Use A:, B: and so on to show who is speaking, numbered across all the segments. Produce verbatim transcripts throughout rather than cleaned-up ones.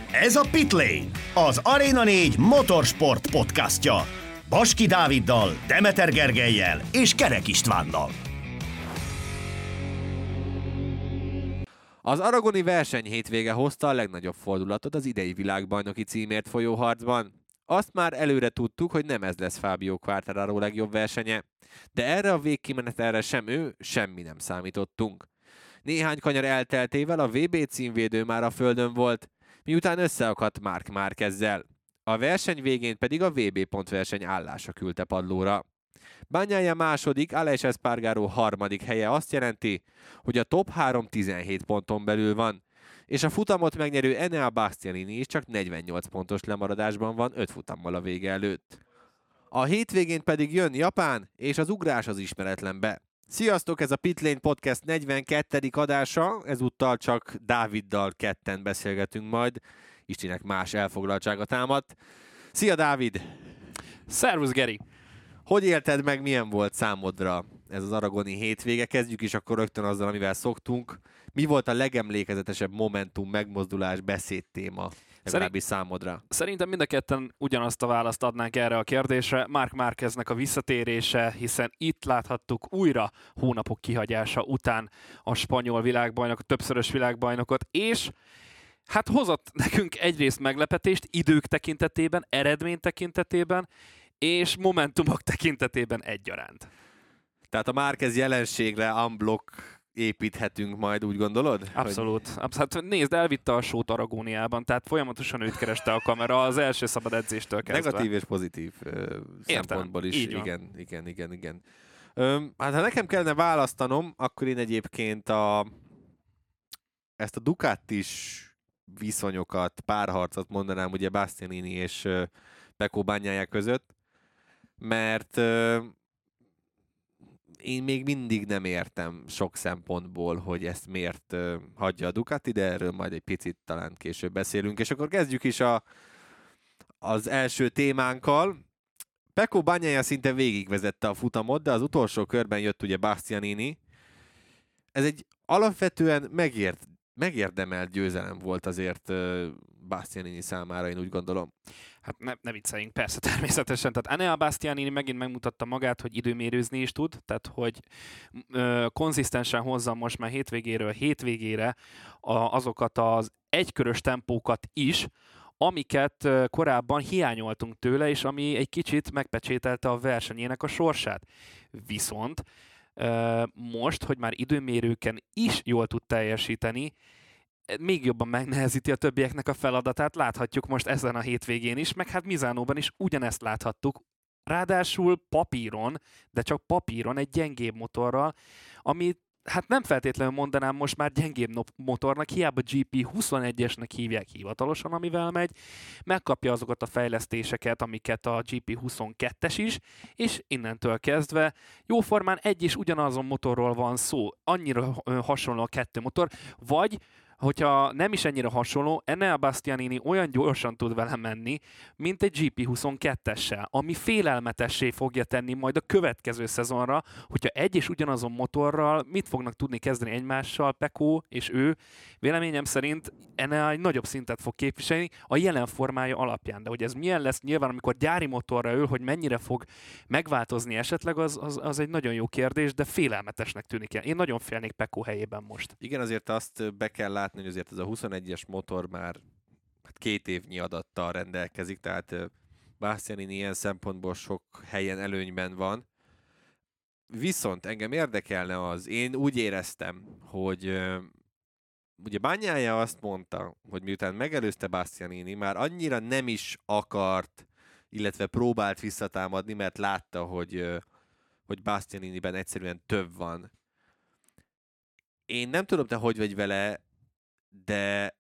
A: Ez a Pitlane, az Arena négy motorsport podcastja. Baski Dáviddal, Demeter Gergellyel és Kerek Istvánnal.
B: Az aragoni verseny hétvége hozta a legnagyobb fordulatot az idei világbajnoki címért folyó harcban. Azt már előre tudtuk, hogy nem ez lesz Fábio Quartararo legjobb versenye, de erre a végkimenetelre sem ő, semmi nem számítottunk. Néhány kanyar elteltével a vé bé címvédő már a földön volt, miután összeakadt Marc Márquezzel. A verseny végén pedig a vé bé pontverseny állása küldte padlóra. Bagnaia második, Aleix Espargaró harmadik helye azt jelenti, hogy a top három tizenhét ponton belül van, és a futamot megnyerő Enea Bastianini is csak negyvennyolc pontos lemaradásban van öt futammal a vége előtt. A hétvégén pedig jön Japán és az ugrás az ismeretlenbe. Sziasztok, ez a Pitlane Podcast negyvenkettedik adása, ezúttal csak Dáviddal ketten beszélgetünk majd, Istinek más elfoglaltsága támadt. Szia Dávid!
C: Szervusz Geri!
B: Hogy élted meg, milyen volt számodra ez az aragoni hétvége? Kezdjük is akkor rögtön azzal, amivel szoktunk. Mi volt a legemlékezetesebb momentum, megmozdulás, beszédtéma, legalábbis számodra?
C: Szerintem mind a ketten ugyanazt a választ adnánk erre a kérdésre. Marc Márqueznek a visszatérése, hiszen itt láthattuk újra hónapok kihagyása után a spanyol világbajnokot, többszörös világbajnokot, és hát hozott nekünk egyrészt meglepetést idők tekintetében, eredmény tekintetében, és momentumok tekintetében egyaránt.
B: Tehát a Márquez jelenségre unblock építhetünk majd, úgy gondolod?
C: Abszolút. Hogy... Abszolút. Hát nézd, elvitte a sót Aragóniában, tehát folyamatosan őt kereste a kamera az első szabad edzéstől kezdve.
B: Negatív és pozitív uh, szempontból is.
C: Így van.
B: Igen, igen, igen, igen. Um, hát ha nekem kellene választanom, akkor én egyébként a, ezt a Ducatis viszonyokat, párharcot mondanám ugye Bastianini és uh, Pecco Bagnaia között, mert uh, én még mindig nem értem sok szempontból, hogy ezt miért uh, hagyja a Ducati, de erről majd egy picit talán később beszélünk. És akkor kezdjük is a, az első témánkkal. Pecco Bagnaia szinte végigvezette a futamot, de az utolsó körben jött ugye Bastianini. Ez egy alapvetően megért, megérdemelt győzelem volt azért uh, Bastianini számára, én úgy gondolom.
C: Hát ne, ne vicceljünk, persze, természetesen. Tehát Enea Bastianini megint megmutatta magát, hogy időmérőzni is tud, tehát hogy ö, konzisztensen hozza most már hétvégéről hétvégére a, azokat az egykörös tempókat is, amiket ö, korábban hiányoltunk tőle, és ami egy kicsit megpecsételte a versenyének a sorsát. Viszont ö, most, hogy már időmérőken is jól tud teljesíteni, még jobban megnehezíti a többieknek a feladatát, láthatjuk most ezen a hétvégén is, meg hát Misánóban is ugyanezt láthattuk, ráadásul papíron, de csak papíron egy gyengébb motorral, ami hát nem feltétlenül mondanám most már gyengébb motornak, hiába gé pé huszonegyesnek hívják hivatalosan, amivel megy, megkapja azokat a fejlesztéseket, amiket a gé pé huszonkettes is, és innentől kezdve jóformán egy és ugyanazon motorról van szó, annyira hasonló a kettő motor, vagy hogyha nem is ennyire hasonló, Enea Bastianini olyan gyorsan tud vele menni, mint egy gé pé huszonkettessel, ami félelmetessé fogja tenni majd a következő szezonra, hogyha egy és ugyanazon motorral mit fognak tudni kezdeni egymással Pecco és ő. Véleményem szerint Enea egy nagyobb szintet fog képviselni a jelen formája alapján, de hogy ez milyen lesz nyilván, amikor gyári motorra ül, hogy mennyire fog megváltozni esetleg, az, az, az egy nagyon jó kérdés, de félelmetesnek tűnik. Én nagyon félnék Pecco helyében most.
B: Igen, azért azt be kell látni, hogy azért ez a huszonegyes motor már hát két évnyi adattal rendelkezik, tehát Bastianini ilyen szempontból sok helyen előnyben van. Viszont engem érdekelne az, én úgy éreztem, hogy ugye Bagnaia azt mondta, hogy miután megelőzte Bastianini, már annyira nem is akart, illetve próbált visszatámadni, mert látta, hogy, hogy Bastianiniben egyszerűen több van. Én nem tudom, te hogy vagy vele, de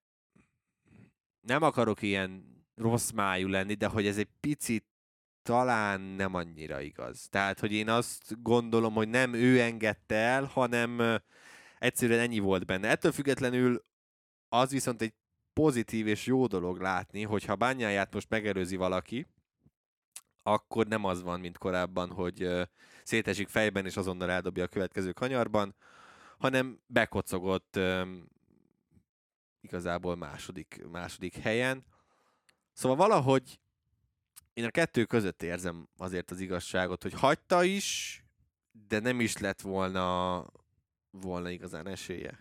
B: nem akarok ilyen rossz májú lenni, de hogy ez egy picit talán nem annyira igaz. Tehát, hogy én azt gondolom, hogy nem ő engedte el, hanem egyszerűen ennyi volt benne. Ettől függetlenül az viszont egy pozitív és jó dolog látni, hogyha Bagnaiát most megelőzi valaki, akkor nem az van, mint korábban, hogy szétesik fejben és azonnal eldobja a következő kanyarban, hanem bekocogott igazából második, második helyen. Szóval valahogy én a kettő között érzem azért az igazságot, hogy hagyta is, de nem is lett volna, volna igazán esélye.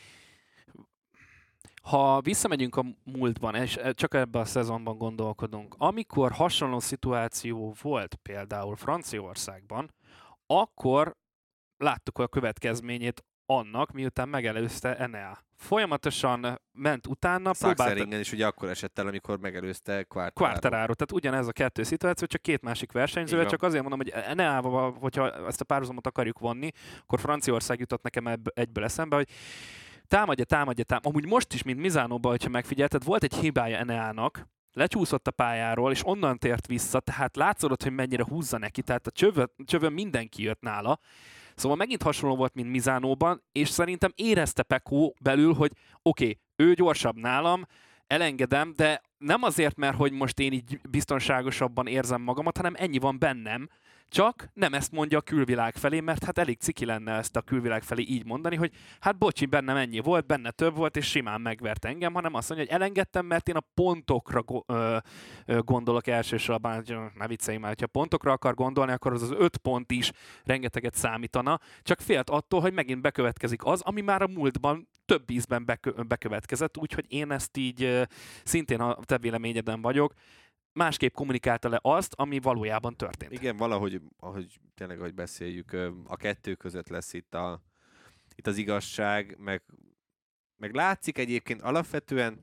C: Ha visszamegyünk a múltban, és csak ebben a szezonban gondolkodunk, amikor hasonló szituáció volt például Franciaországban, akkor láttuk a következményét annak, miután megelőzte Enea. Folyamatosan ment utána, próbálta...
B: Sachsenringen is ugye akkor esett el, amikor megelőzte Quartararo.
C: Quartararo. Tehát ugyanez a kettő szituáció, csak két másik versenyzővel, csak azért mondom, hogy Eneával, hogyha ezt a párhuzamot akarjuk vonni, akkor Franciaország jutott nekem ebb, egyből eszembe, hogy támadja, támadja, támadja. Amúgy most is, mint Misánóban, hogyha megfigyelted, volt egy hibája Eneának, lecsúszott a pályáról, és onnan tért vissza, tehát látszott, hogy mennyire húzza neki, tehát a csövön, csövön mindenki jött nála. Szóval megint hasonló volt, mint Misánóban, és szerintem érezte Pecco belül, hogy oké, okay, ő gyorsabb nálam, elengedem, de nem azért, mert hogy most én így biztonságosabban érzem magamat, hanem ennyi van bennem, csak nem ezt mondja a külvilág felé, mert hát elég ciki lenne ezt a külvilág felé így mondani, hogy hát bocsi, bennem ennyi volt, benne több volt, és simán megvert engem, hanem azt mondja, hogy elengedtem, mert én a pontokra go- ö, ö, gondolok elsősorban, ne vicceljünk már, hogyha pontokra akar gondolni, akkor az az öt pont is rengeteget számítana, csak félt attól, hogy megint bekövetkezik az, ami már a múltban több ízben bekö- bekövetkezett, úgyhogy én ezt így ö, szintén a te véleményeden vagyok, másképp kommunikálta le azt, ami valójában történt.
B: Igen, valahogy, ahogy tényleg, ahogy beszéljük, a kettő között lesz itt, a, itt az igazság, meg, meg látszik egyébként alapvetően,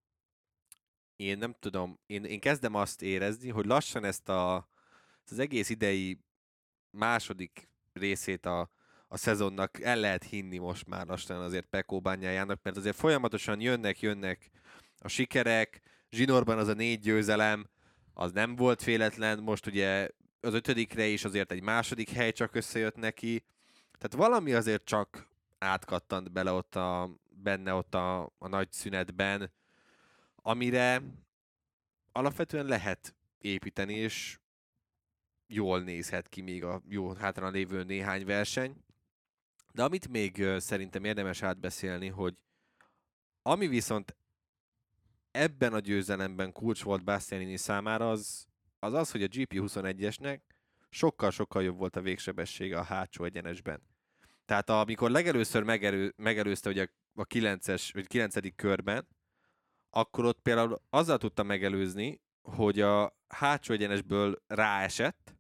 B: én nem tudom, én, én kezdem azt érezni, hogy lassan ezt a, az egész idei második részét a, a szezonnak el lehet hinni most már lassan azért Pecco bányájának, mert azért folyamatosan jönnek, jönnek a sikerek, zsinórban az a négy győzelem, az nem volt véletlen, most ugye az ötödikre is azért egy második hely csak összejött neki, tehát valami azért csak átkattant bele ott a, benne ott a, a nagy szünetben, amire alapvetően lehet építeni, és jól nézhet ki még a jó hátrán lévő néhány verseny. De amit még szerintem érdemes átbeszélni, hogy ami viszont ebben a győzelemben kulcs volt Bastianini számára, az az, az hogy a gé pé huszonegyesnek sokkal-sokkal jobb volt a végsebessége a hátsó egyenesben. Tehát amikor legelőször megelő, megelőzte ugye a kilences vagy kilencedik körben, akkor ott például azzal tudta megelőzni, hogy a hátsó egyenesből ráesett,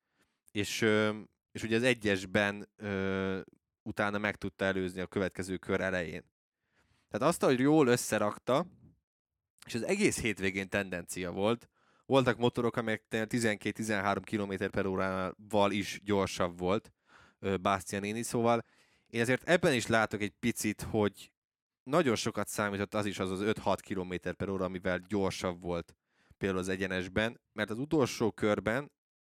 B: és, és ugye az egyesben ö, utána meg tudta előzni a következő kör elején. Tehát azt, hogy jól összerakta, és az egész hétvégén tendencia volt. Voltak motorok, amelyek tizenkét-tizenhárom kilométer per órával is gyorsabb volt Bastianini, szóval én ezért ebben is látok egy picit, hogy nagyon sokat számított az is az az öt-hat kilométer per óra, amivel gyorsabb volt például az egyenesben, mert az utolsó körben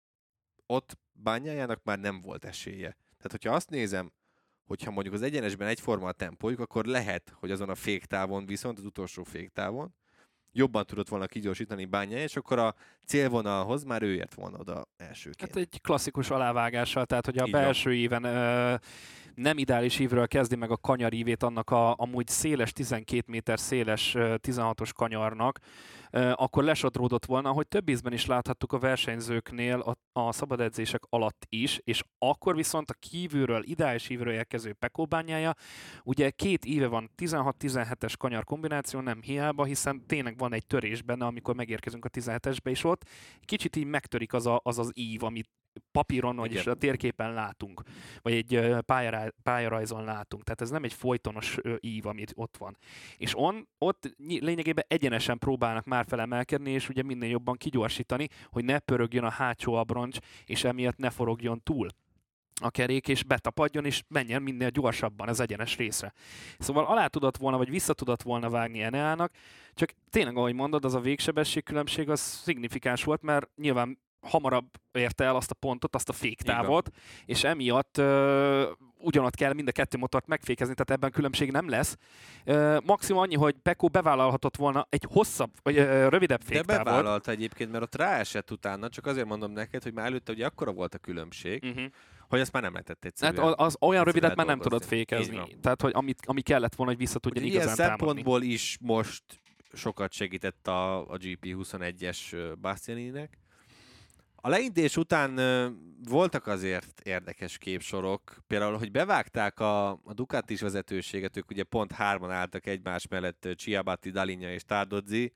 B: ott Bagnajának már nem volt esélye. Tehát, hogyha azt nézem, hogyha mondjuk az egyenesben egyforma a tempójuk, akkor lehet, hogy azon a féktávon viszont, az utolsó féktávon, jobban tudott volna kigyorsítani Bagnaia, és akkor a célvonalhoz már ő ért volna oda elsőként.
C: Hát egy klasszikus alávágással, tehát hogy a
B: Így
C: belső
B: van.
C: íven ö, nem ideális ívről kezdi meg a kanyarívét annak a amúgy széles, tizenkét méter széles tizenhatos kanyarnak, ö, akkor lesodródott volna, ahogy több ízben is láthattuk a versenyzőknél a, a szabad edzések alatt is, és akkor viszont a kívülről, ideális ívről érkező Pecco Bagnaia, ugye két íve van, tizenhat-tizenhetes kanyar kombináció, nem hiába, hiszen tényleg van egy törés benne, amikor megérkezünk a tizenhetesbe, és ott kicsit így megtörik az a, az, az ív, amit papíron, vagyis a térképen látunk, vagy egy pályará, pályarajzon látunk. Tehát ez nem egy folytonos ív, amit ott van. És on, ott lényegében egyenesen próbálnak már felemelkedni, és ugye minél jobban kigyorsítani, hogy ne pörögjön a hátsó abroncs, és emiatt ne forogjon túl a kerék, és betapadjon, és menjen minél gyorsabban az egyenes részre. Szóval alá tudott volna, vagy vissza tudott volna vágni Eneának, csak tényleg, ahogy mondod, az a végsebesség különbség az szignifikáns volt, mert nyilván hamarabb érte el azt a pontot, azt a féktávot, és emiatt uh, ugyanott kell mind a kettő motort megfékezni, tehát ebben különbség nem lesz. Uh, maximum annyi, hogy Pecco bevállalhatott volna egy hosszabb, vagy uh, rövidebb féktávot.
B: De bevállalta egyébként, mert ott ráesett utána, csak azért mondom neked, hogy már előtte ugye akkora volt a különbség, uh-huh. Hogy azt már nem lehetett egyszerűen.
C: Hát az olyan rövidet már nem
B: feldolgozni.
C: tudod fékezni. Tehát, hogy amit, ami kellett volna, hogy vissza tudjon
B: Úgyhogy
C: igazán
B: ilyen
C: támadni.
B: szempontból is most sokat segített a, a gé pé huszonegyes Bastianininek. A leindés után uh, voltak azért érdekes képsorok, például, hogy bevágták a, a Ducatis vezetőséget, ők ugye pont hárman álltak egymás mellett, Chiabatti, Dalinja és Tardozzi.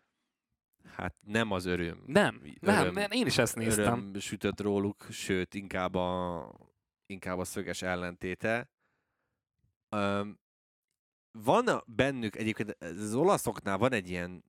B: Hát nem az öröm.
C: Nem,
B: öröm,
C: nem, én is ezt néztem.
B: Öröm sütött róluk, sőt, inkább a, inkább a szöges ellentéte. Um, van bennük, egyébként az olaszoknál van egy ilyen,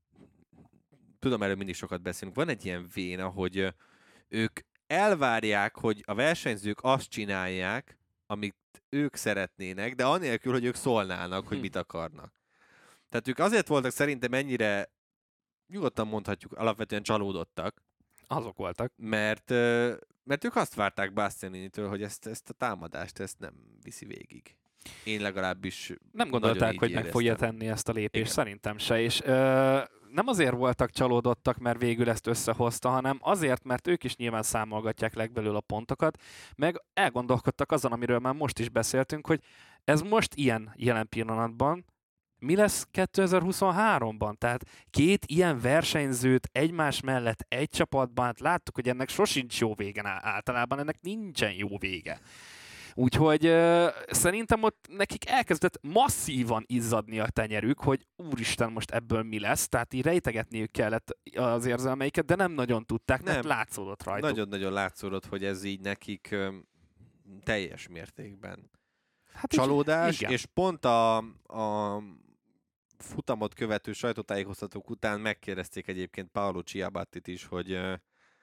B: tudom, erről mindig sokat beszélünk, van egy ilyen véna, hogy ők elvárják, hogy a versenyzők azt csinálják, amit ők szeretnének, de anélkül, hogy ők szólnának, hogy mit akarnak. Tehát ők azért voltak szerintem ennyire, nyugodtan mondhatjuk, alapvetően csalódottak.
C: Azok voltak.
B: Mert, mert ők azt várták Bastianinitől, hogy ezt, ezt a támadást ezt nem viszi végig. Én legalábbis
C: nem gondolták, hogy meg fogja tenni ezt a lépést, igen. Szerintem se, és ö, nem azért voltak csalódottak, mert végül ezt összehozta, hanem azért, mert ők is nyilván számolgatják legbelül a pontokat, meg elgondolkodtak azon, amiről már most is beszéltünk, hogy ez most ilyen jelen pillanatban, mi lesz kétezer-huszonháromban? Tehát két ilyen versenyzőt egymás mellett egy csapatban, hát láttuk, hogy ennek sosincs jó vége általában, ennek nincsen jó vége. Úgyhogy uh, szerintem ott nekik elkezdett masszívan izzadni a tenyerük, hogy úristen, most ebből mi lesz, tehát így rejtegetniük kellett az érzelmeiket, de nem nagyon tudták, nem. Mert látszódott rajtuk.
B: Nagyon-nagyon látszódott, hogy ez így nekik um, teljes mértékben
C: hát
B: csalódás,
C: így,
B: és pont a, a futamot követő sajtótájékoztatók után megkérdezték egyébként Paolo Chiabattit is, hogy uh,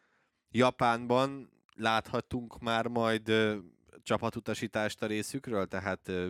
B: Japánban láthatunk már majd uh, csapatutasítást a részükről, tehát uh,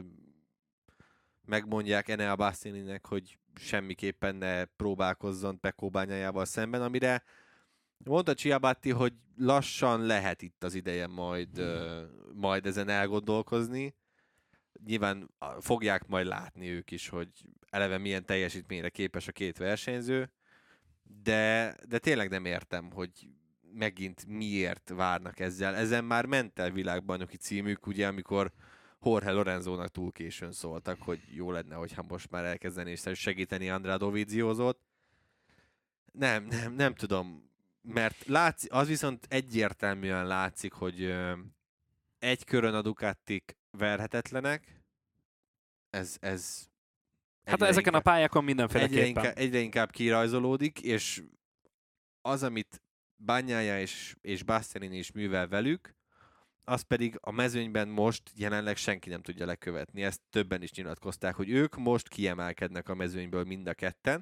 B: megmondják Enea Bastianininek, hogy semmiképpen ne próbálkozzon Pecco Bagnaiával szemben, amire mondta Chiabatti, hogy lassan lehet itt az ideje majd, uh, majd ezen elgondolkozni. Nyilván fogják majd látni ők is, hogy eleve milyen teljesítményre képes a két versenyző, de, de tényleg nem értem, hogy megint miért várnak ezzel. Ezen már ment el világbajnoki címük, ugye, amikor Jorge Lorenzónak túl későn szóltak, hogy jó lenne, hogyha most már elkezdeni és segíteni Andrea Dovizioso-t. Nem, nem, nem tudom, mert látszik, az viszont egyértelműen látszik, hogy egy körön a Ducatik verhetetlenek, ez, ez
C: hát ezeken inkább, a pályákon mindenféleképpen.
B: Egyre inkább, egyre inkább kirajzolódik, és az, amit Bagnaia és, és Bastianini is művel velük, az pedig a mezőnyben most jelenleg senki nem tudja lekövetni. Ezt többen is nyilatkozták, hogy ők most kiemelkednek a mezőnyből mind a ketten.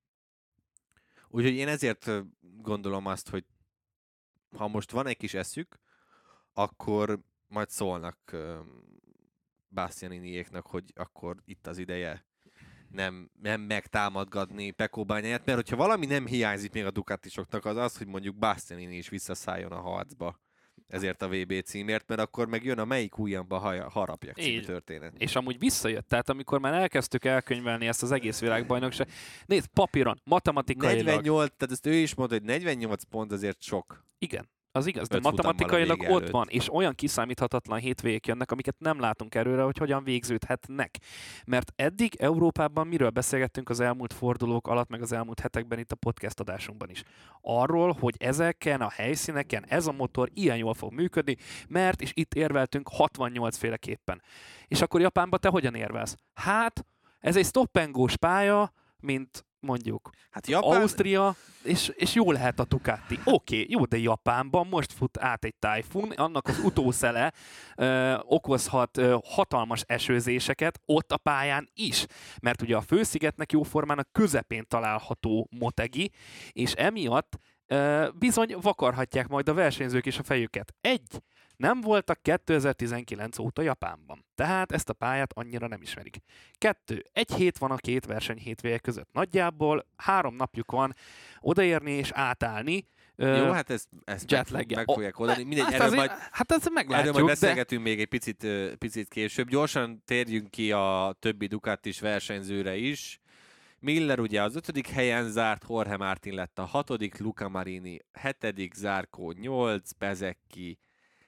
B: Úgyhogy én ezért gondolom azt, hogy ha most van egy kis eszük, akkor majd szólnak Bastianiniéknak, hogy akkor itt az ideje nem, nem megtámadgatni Pecco Bagnaiát, mert hogyha valami nem hiányzik még a Ducatisoknak, az az, hogy mondjuk Bastianini is visszaszálljon a harcba ezért a vé bé címért, mert akkor meg jön a melyik ujjamba harapjak című történet.
C: És amúgy visszajött, tehát amikor már elkezdtük elkönyvelni ezt az egész világbajnokság, nézd, papíron, matematikailag...
B: negyvennyolc, tehát ezt ő is mondta, hogy negyvennyolc pont azért sok.
C: Igen. Az igaz, de matematikailag ott előtt. Van, és olyan kiszámíthatatlan hétvégék jönnek, amiket nem látunk előre, hogy hogyan végződhetnek. Mert eddig Európában miről beszélgettünk az elmúlt fordulók alatt, meg az elmúlt hetekben itt a podcast adásunkban is. Arról, hogy ezeken a helyszíneken ez a motor ilyen jól fog működni, mert, és itt érveltünk hatvannyolc féleképpen. És akkor Japánban te hogyan érvelsz? Hát, ez egy stop and go-s pálya, mint mondjuk
B: hát Japán...
C: Ausztria, és, és jó lehet a Ducati. Oké, okay, jó, de Japánban most fut át egy tájfun, annak az utószele ö, okozhat ö, hatalmas esőzéseket ott a pályán is, mert ugye a főszigetnek jóformán a közepén található Motegi, és emiatt ö, bizony vakarhatják majd a versenyzők is a fejüket. Egy, nem voltak kétezer-tizenkilenc óta Japánban, tehát ezt a pályát annyira nem ismerik. Kettő, egy hét van a két verseny hétvége között. Nagyjából három napjuk van odaérni és átállni.
B: Jó, hát ezt, ezt meg, meg fogják oldani. Mindegy,
C: hát,
B: erről
C: azért,
B: majd,
C: hát ezt meglátjuk.
B: Erről majd beszélgetünk
C: de...
B: még egy picit, picit később. Gyorsan térjünk ki a többi Ducatis versenyzőre is. Miller ugye az ötödik helyen zárt, Jorge Martin lett a hatodik, Luca Marini hetedik, Zarco nyolc, Bezecchi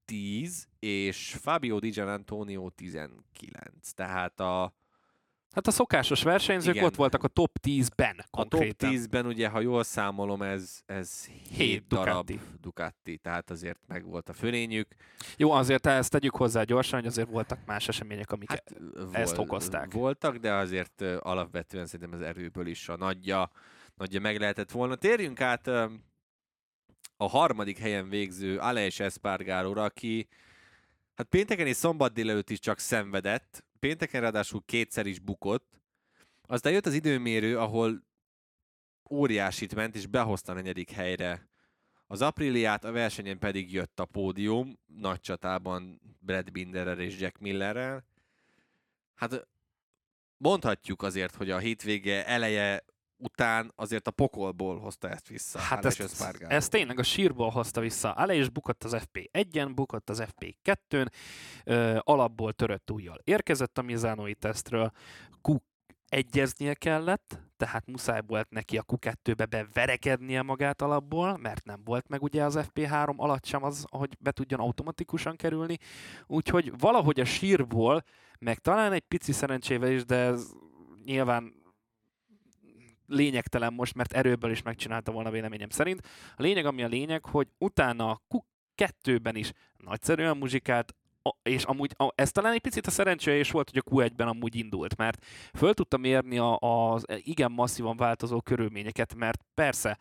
B: tíz, és Fabio Di Gianantonio tizenkilenc. Tehát a
C: Hát a szokásos versenyzők
B: igen,
C: ott voltak a top tízben konkrétan.
B: A top tízben ugye, ha jól számolom, ez, ez hét darab Ducati. Ducati, tehát azért meg volt a fölényük.
C: Jó, azért ezt tegyük hozzá gyorsan, hogy azért voltak más események, amik hát, ezt
B: vol,
C: okozták.
B: Voltak, de azért alapvetően szerintem az erőből is a nagyja, nagyja meg lehetett volna. Térjünk át a harmadik helyen végző Aleix Espargaróra, aki hát pénteken és szombat délelőtt is csak szenvedett, pénteken ráadásul kétszer is bukott, aztán jött az időmérő, ahol óriásit ment, és behozta a negyedik helyre az Apriliát, a versenyen pedig jött a pódium, nagy csatában Brad Binderrel és Jack Millerrel. Hát mondhatjuk azért, hogy a hétvége eleje után azért a pokolból hozta ezt vissza.
C: Hát ezt, ezt tényleg a sírból hozta vissza. Aleix bukott az ef pé egyen, bukott az ef pé kettőn, ö, alapból törött ujjal érkezett a Misánói tesztről, Q egyeznie kellett, tehát muszáj volt neki a Q kettőbe beverekednie magát alapból, mert nem volt meg ugye az ef pé három alatt sem az, hogy be tudjon automatikusan kerülni, úgyhogy valahogy a sírból, meg talán egy pici szerencsével is, de ez nyilván lényegtelen most, mert erőből is megcsinálta volna véleményem szerint. A lényeg, ami a lényeg, hogy utána a Q kettőben is nagyszerűen muzsikált, és amúgy ez talán egy picit a szerencséje is volt, hogy a Q egyben amúgy indult, mert föl tudta mérni az igen masszívan változó körülményeket, mert persze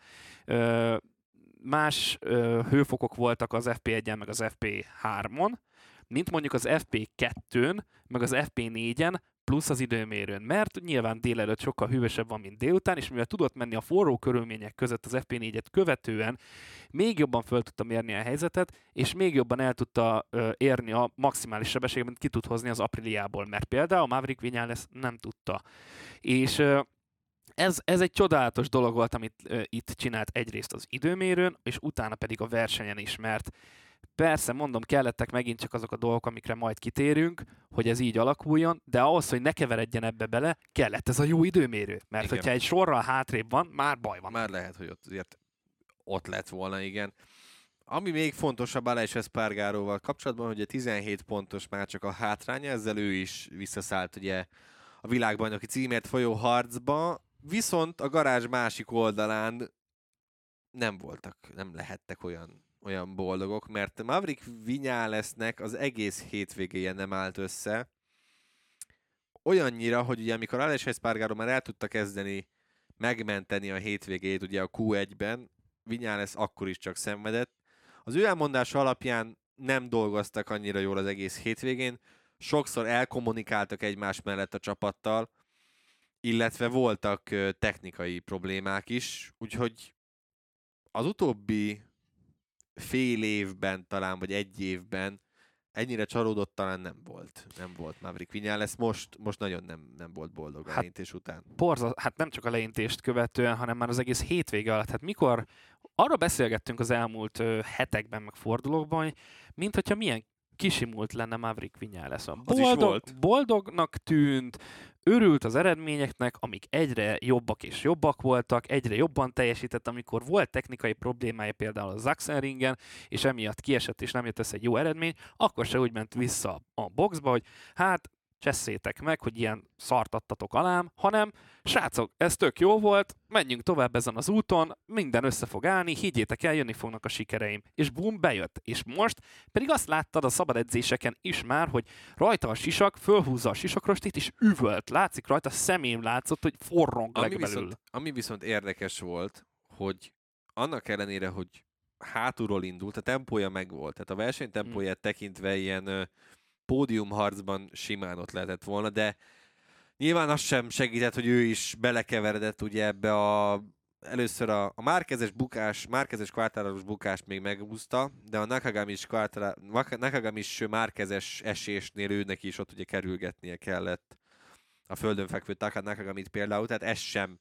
C: más hőfokok voltak az ef pé egyen, meg az ef pé hármon, mint mondjuk az ef pé kettőn, meg az ef pé négyen, plusz az időmérőn, mert nyilván délelőtt sokkal hűvösebb van, mint délután, és mivel tudott menni a forró körülmények között az ef pé négyet követően, még jobban föl tudta mérni a helyzetet, és még jobban el tudta ö, érni a maximális sebességet, mint ki tud hozni az Apriliából, mert például a Maverick Viñales nem tudta. És ö, ez, ez egy csodálatos dolog volt, amit ö, itt csinált egyrészt az időmérőn, és utána pedig a versenyen is, mert persze, mondom, kellettek megint csak azok a dolgok, amikre majd kitérünk, hogy ez így alakuljon, de ahhoz, hogy ne keveredjen ebbe bele, kellett ez a jó időmérő. Mert igen, hogyha egy sorral hátrébb van, már baj van.
B: Már lehet, hogy ott, azért ott lett volna, igen. Ami még fontosabb Aleix Espargaróval kapcsolatban, hogy a tizenhét pontos már csak a hátránya, ezzel ő is visszaszállt ugye a világbajnoki címért folyó harcba, viszont a garázs másik oldalán nem voltak, nem lehettek olyan olyan boldogok, mert Maverick Viñalesnek az egész hétvégéje nem állt össze. Olyannyira, hogy ugye amikor Aleix Espargaró már el tudta kezdeni megmenteni a hétvégét ugye a Q egyben, Viñales akkor is csak szenvedett. Az ő elmondása alapján nem dolgoztak annyira jól az egész hétvégén, sokszor elkommunikáltak egymás mellett a csapattal, illetve voltak technikai problémák is, úgyhogy az utóbbi fél évben talán, vagy egy évben ennyire csalódott talán nem volt. Nem volt Maverick Viñales. Most, most nagyon nem, nem volt boldog a hát, leintés után.
C: Porza, hát nem csak a leintést követően, hanem már az egész hétvége alatt. Hát mikor arra beszélgettünk az elmúlt ö, hetekben, meg fordulókban, mint hogyha milyen kisimult lenne Maverick Viñales. Boldog, boldognak tűnt, örült az eredményeknek, amik egyre jobbak és jobbak voltak, egyre jobban teljesített, amikor volt technikai problémája például a Sachsenringen, és emiatt kiesett és nem jött össze egy jó eredmény, akkor se úgy ment vissza a boxba, hogy hát csesszétek meg, hogy ilyen szart adtatok alám, hanem srácok, ez tök jó volt, menjünk tovább ezen az úton, minden össze fog állni, higgyétek el, jönni fognak a sikereim. És bum, bejött. És most pedig azt láttad a szabad edzéseken is már, hogy rajta a sisak, fölhúzza a sisakrostit, és üvölt. Látszik rajta, szemém látszott, hogy forrong
B: ami
C: legbelül.
B: Viszont, ami viszont érdekes volt, hogy annak ellenére, hogy hátulról indult, a tempója megvolt. Tehát a versenytempóját hmm. tekintve ilyen pódiumharcban simán ott lehetett volna, de nyilván az sem segített, hogy ő is belekeveredett ugye ebbe a először a, a Márquezes bukás, Márquezes Quartararos bukást még megúszta, de a Nakagamis, Nakagamis Márquezes esésnél őnek is ott ugye kerülgetnie kellett a földön fekvő Taka Nakagamit például, tehát ez sem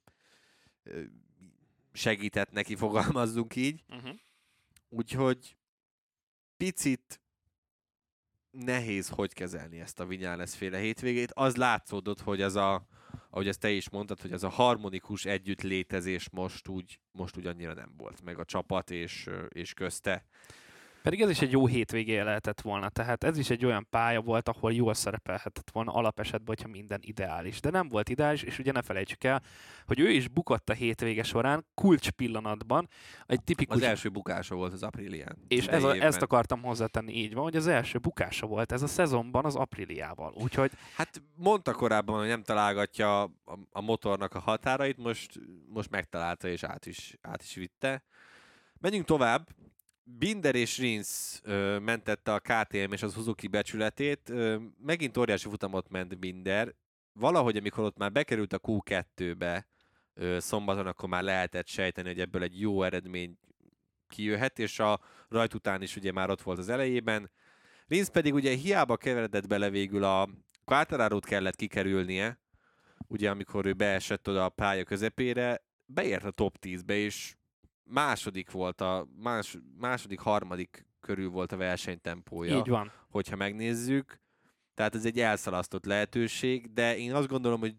B: segített neki, fogalmazzunk így. Uh-huh. Úgyhogy picit nehéz hogy kezelni ezt a Viñales féle hétvégét. Az látszódott, hogy az a, ahogy ezt te is mondtad, hogy az a harmonikus együttlétezés most úgy, most úgy annyira nem volt, meg a csapat és, és közte.
C: Pedig ez is egy jó hétvégéje lehetett volna, tehát ez is egy olyan pálya volt, ahol jól szerepelhetett volna alapesetben, hogyha minden ideális. De nem volt ideális, és ugye ne felejtsük el, hogy ő is bukott a hétvége során, kulcs pillanatban, egy tipikus...
B: Az első bukása volt az Aprílián.
C: És ez a, ezt akartam hozzátenni, így van, hogy az első bukása volt ez a szezonban az Apríliával, úgyhogy...
B: Hát mondta korábban, hogy nem találgatja a, a motornak a határait, most, most megtalálta és át is, át is vitte. Menjünk tovább. Binder és Rins ö, mentette a ká té em és az Suzuki becsületét. Ö, megint óriási futamot ment Binder. Valahogy, amikor ott már bekerült a kú kettőbe ö, szombaton, akkor már lehetett sejteni, hogy ebből egy jó eredmény kijöhet, és a rajt után is ugye már ott volt az elejében. Rins pedig ugye hiába keveredett bele végül, a Quartararót kellett kikerülnie, ugye amikor ő beesett oda a pálya közepére, beért a top tízbe, és második volt a más, második, harmadik körül volt a versenytempója.
C: Így van.
B: Hogyha megnézzük. Tehát ez egy elszalasztott lehetőség, de én azt gondolom, hogy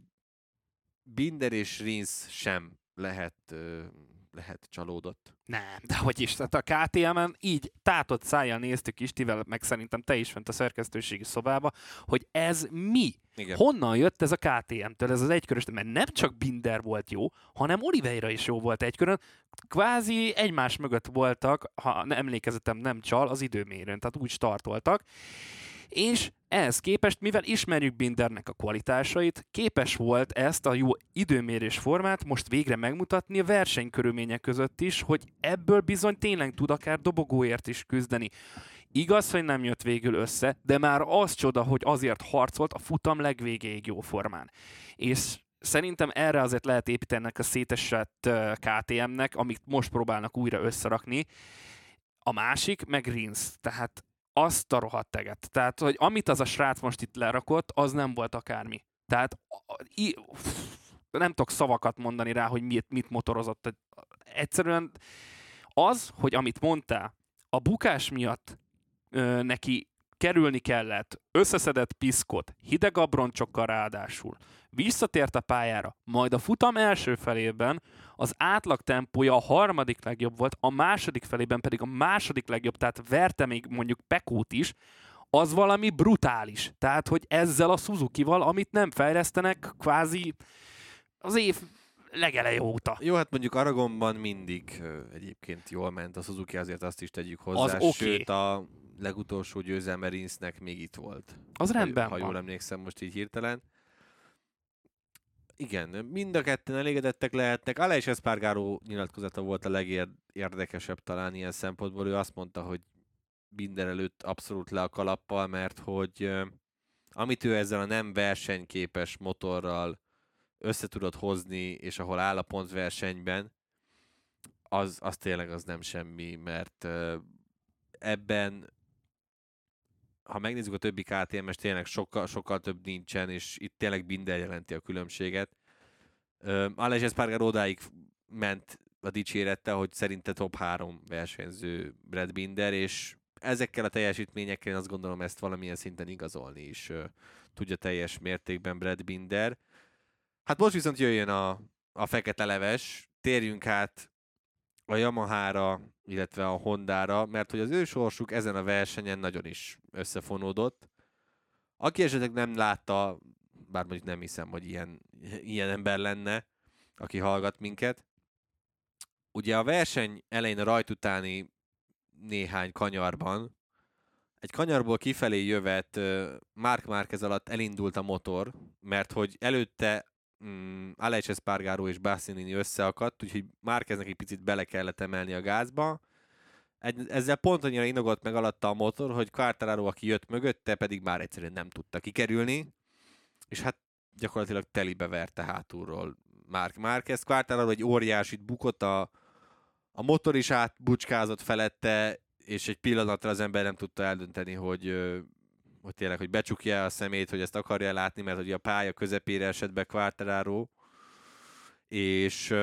B: Binder és Rins sem lehet, lehet csalódott.
C: Nem, de hogy is, tehát a ká té emen így tátott szájjal néztük Istivel, meg szerintem te is fent a szerkesztőségi szobába, hogy ez mi?
B: Igen.
C: Honnan jött ez a ká té emtől, ez az egykörös, mert nem csak Binder volt jó, hanem Oliveira is jó volt egykörön, kvázi egymás mögött voltak, ha emlékezetem nem csal, az időmérőn, tehát úgy startoltak, és ehhez képest, mivel ismerjük Bindernek a kvalitásait, képes volt ezt a jó időmérés formát most végre megmutatni a versenykörülmények között is, hogy ebből bizony tényleg tud akár dobogóért is küzdeni. Igaz, hogy nem jött végül össze, de már az csoda, hogy azért harcolt a futam legvégéig jó formán. És szerintem erre azért lehet építeni ennek a szétesett ká té emnek, amit most próbálnak újra összerakni. A másik, meg Rins. Tehát azt a rohadt teget. Tehát, hogy amit az a srác most itt lerakott, az nem volt akármi. Tehát i, nem tudok szavakat mondani rá, hogy mit, mit motorozott. Egyszerűen az, hogy amit mondtál, a bukás miatt ö, neki kerülni kellett, összeszedett piszkot, hideg abroncsokkal ráadásul, visszatért a pályára, majd a futam első felében az átlag tempója a harmadik legjobb volt, a második felében pedig a második legjobb, tehát verte még mondjuk Pekót is, az valami brutális. Tehát, hogy ezzel a Suzukival, amit nem fejlesztenek, kvázi az év legeleje óta.
B: Jó, hát mondjuk Aragonban mindig ö, egyébként jól ment a Suzuki, azért azt is tegyük hozzá.
C: Az oké.
B: Sőt, a legutolsó győzelme Rinsnek még itt volt.
C: Az rendben
B: ha, ha
C: van.
B: jól emlékszem most így hirtelen. Igen, mind a ketten elégedettek lehetnek. Aleix Espargaró nyilatkozata volt a legérdekesebb talán ilyen szempontból. Ő azt mondta, hogy Binder előtt abszolút le a kalappal, mert hogy euh, amit ő ezzel a nem versenyképes motorral össze tudott hozni, és ahol áll a pontversenyben, az, az tényleg az nem semmi, mert euh, ebben, ha megnézzük a többi ká té em-es, tényleg sokkal, sokkal több nincsen, és itt tényleg Binder jelenti a különbséget. Uh, Aleix Espargaró odáig ment a dicsérettel, hogy szerinte top három versenyző Brad Binder, és ezekkel a teljesítményekkel én azt gondolom, ezt valamilyen szinten igazolni is uh, tudja teljes mértékben Brad Binder. Hát most viszont jöjjön a, a fekete leves, térjünk át a Yamahára, illetve a Hondára, mert hogy az ő sorsuk ezen a versenyen nagyon is összefonódott. Aki esetleg nem látta, bár mondjuk nem hiszem, hogy ilyen, ilyen ember lenne, aki hallgat minket. Ugye a verseny elején a rajt utáni néhány kanyarban, egy kanyarból kifelé jövet Marc Márquez alatt elindult a motor, mert hogy előtte Mm, Aleix Espargaró és Bastianini összeakadt, úgyhogy Márqueznek egy picit bele kellett emelni a gázba. Egy, ezzel pont annyira inogott meg alatta a motor, hogy Quartararo, aki jött mögötte, pedig már egyszerűen nem tudta kikerülni, és hát gyakorlatilag telibe verte hátulról Marc Márquez. Quartararo egy óriásit bukott, a, a motor is átbucskázott felette, és egy pillanatra az ember nem tudta eldönteni, hogy hogy tényleg, hogy becsukja a szemét, hogy ezt akarja látni, mert hogy a pálya közepére esett be Quartararo, és,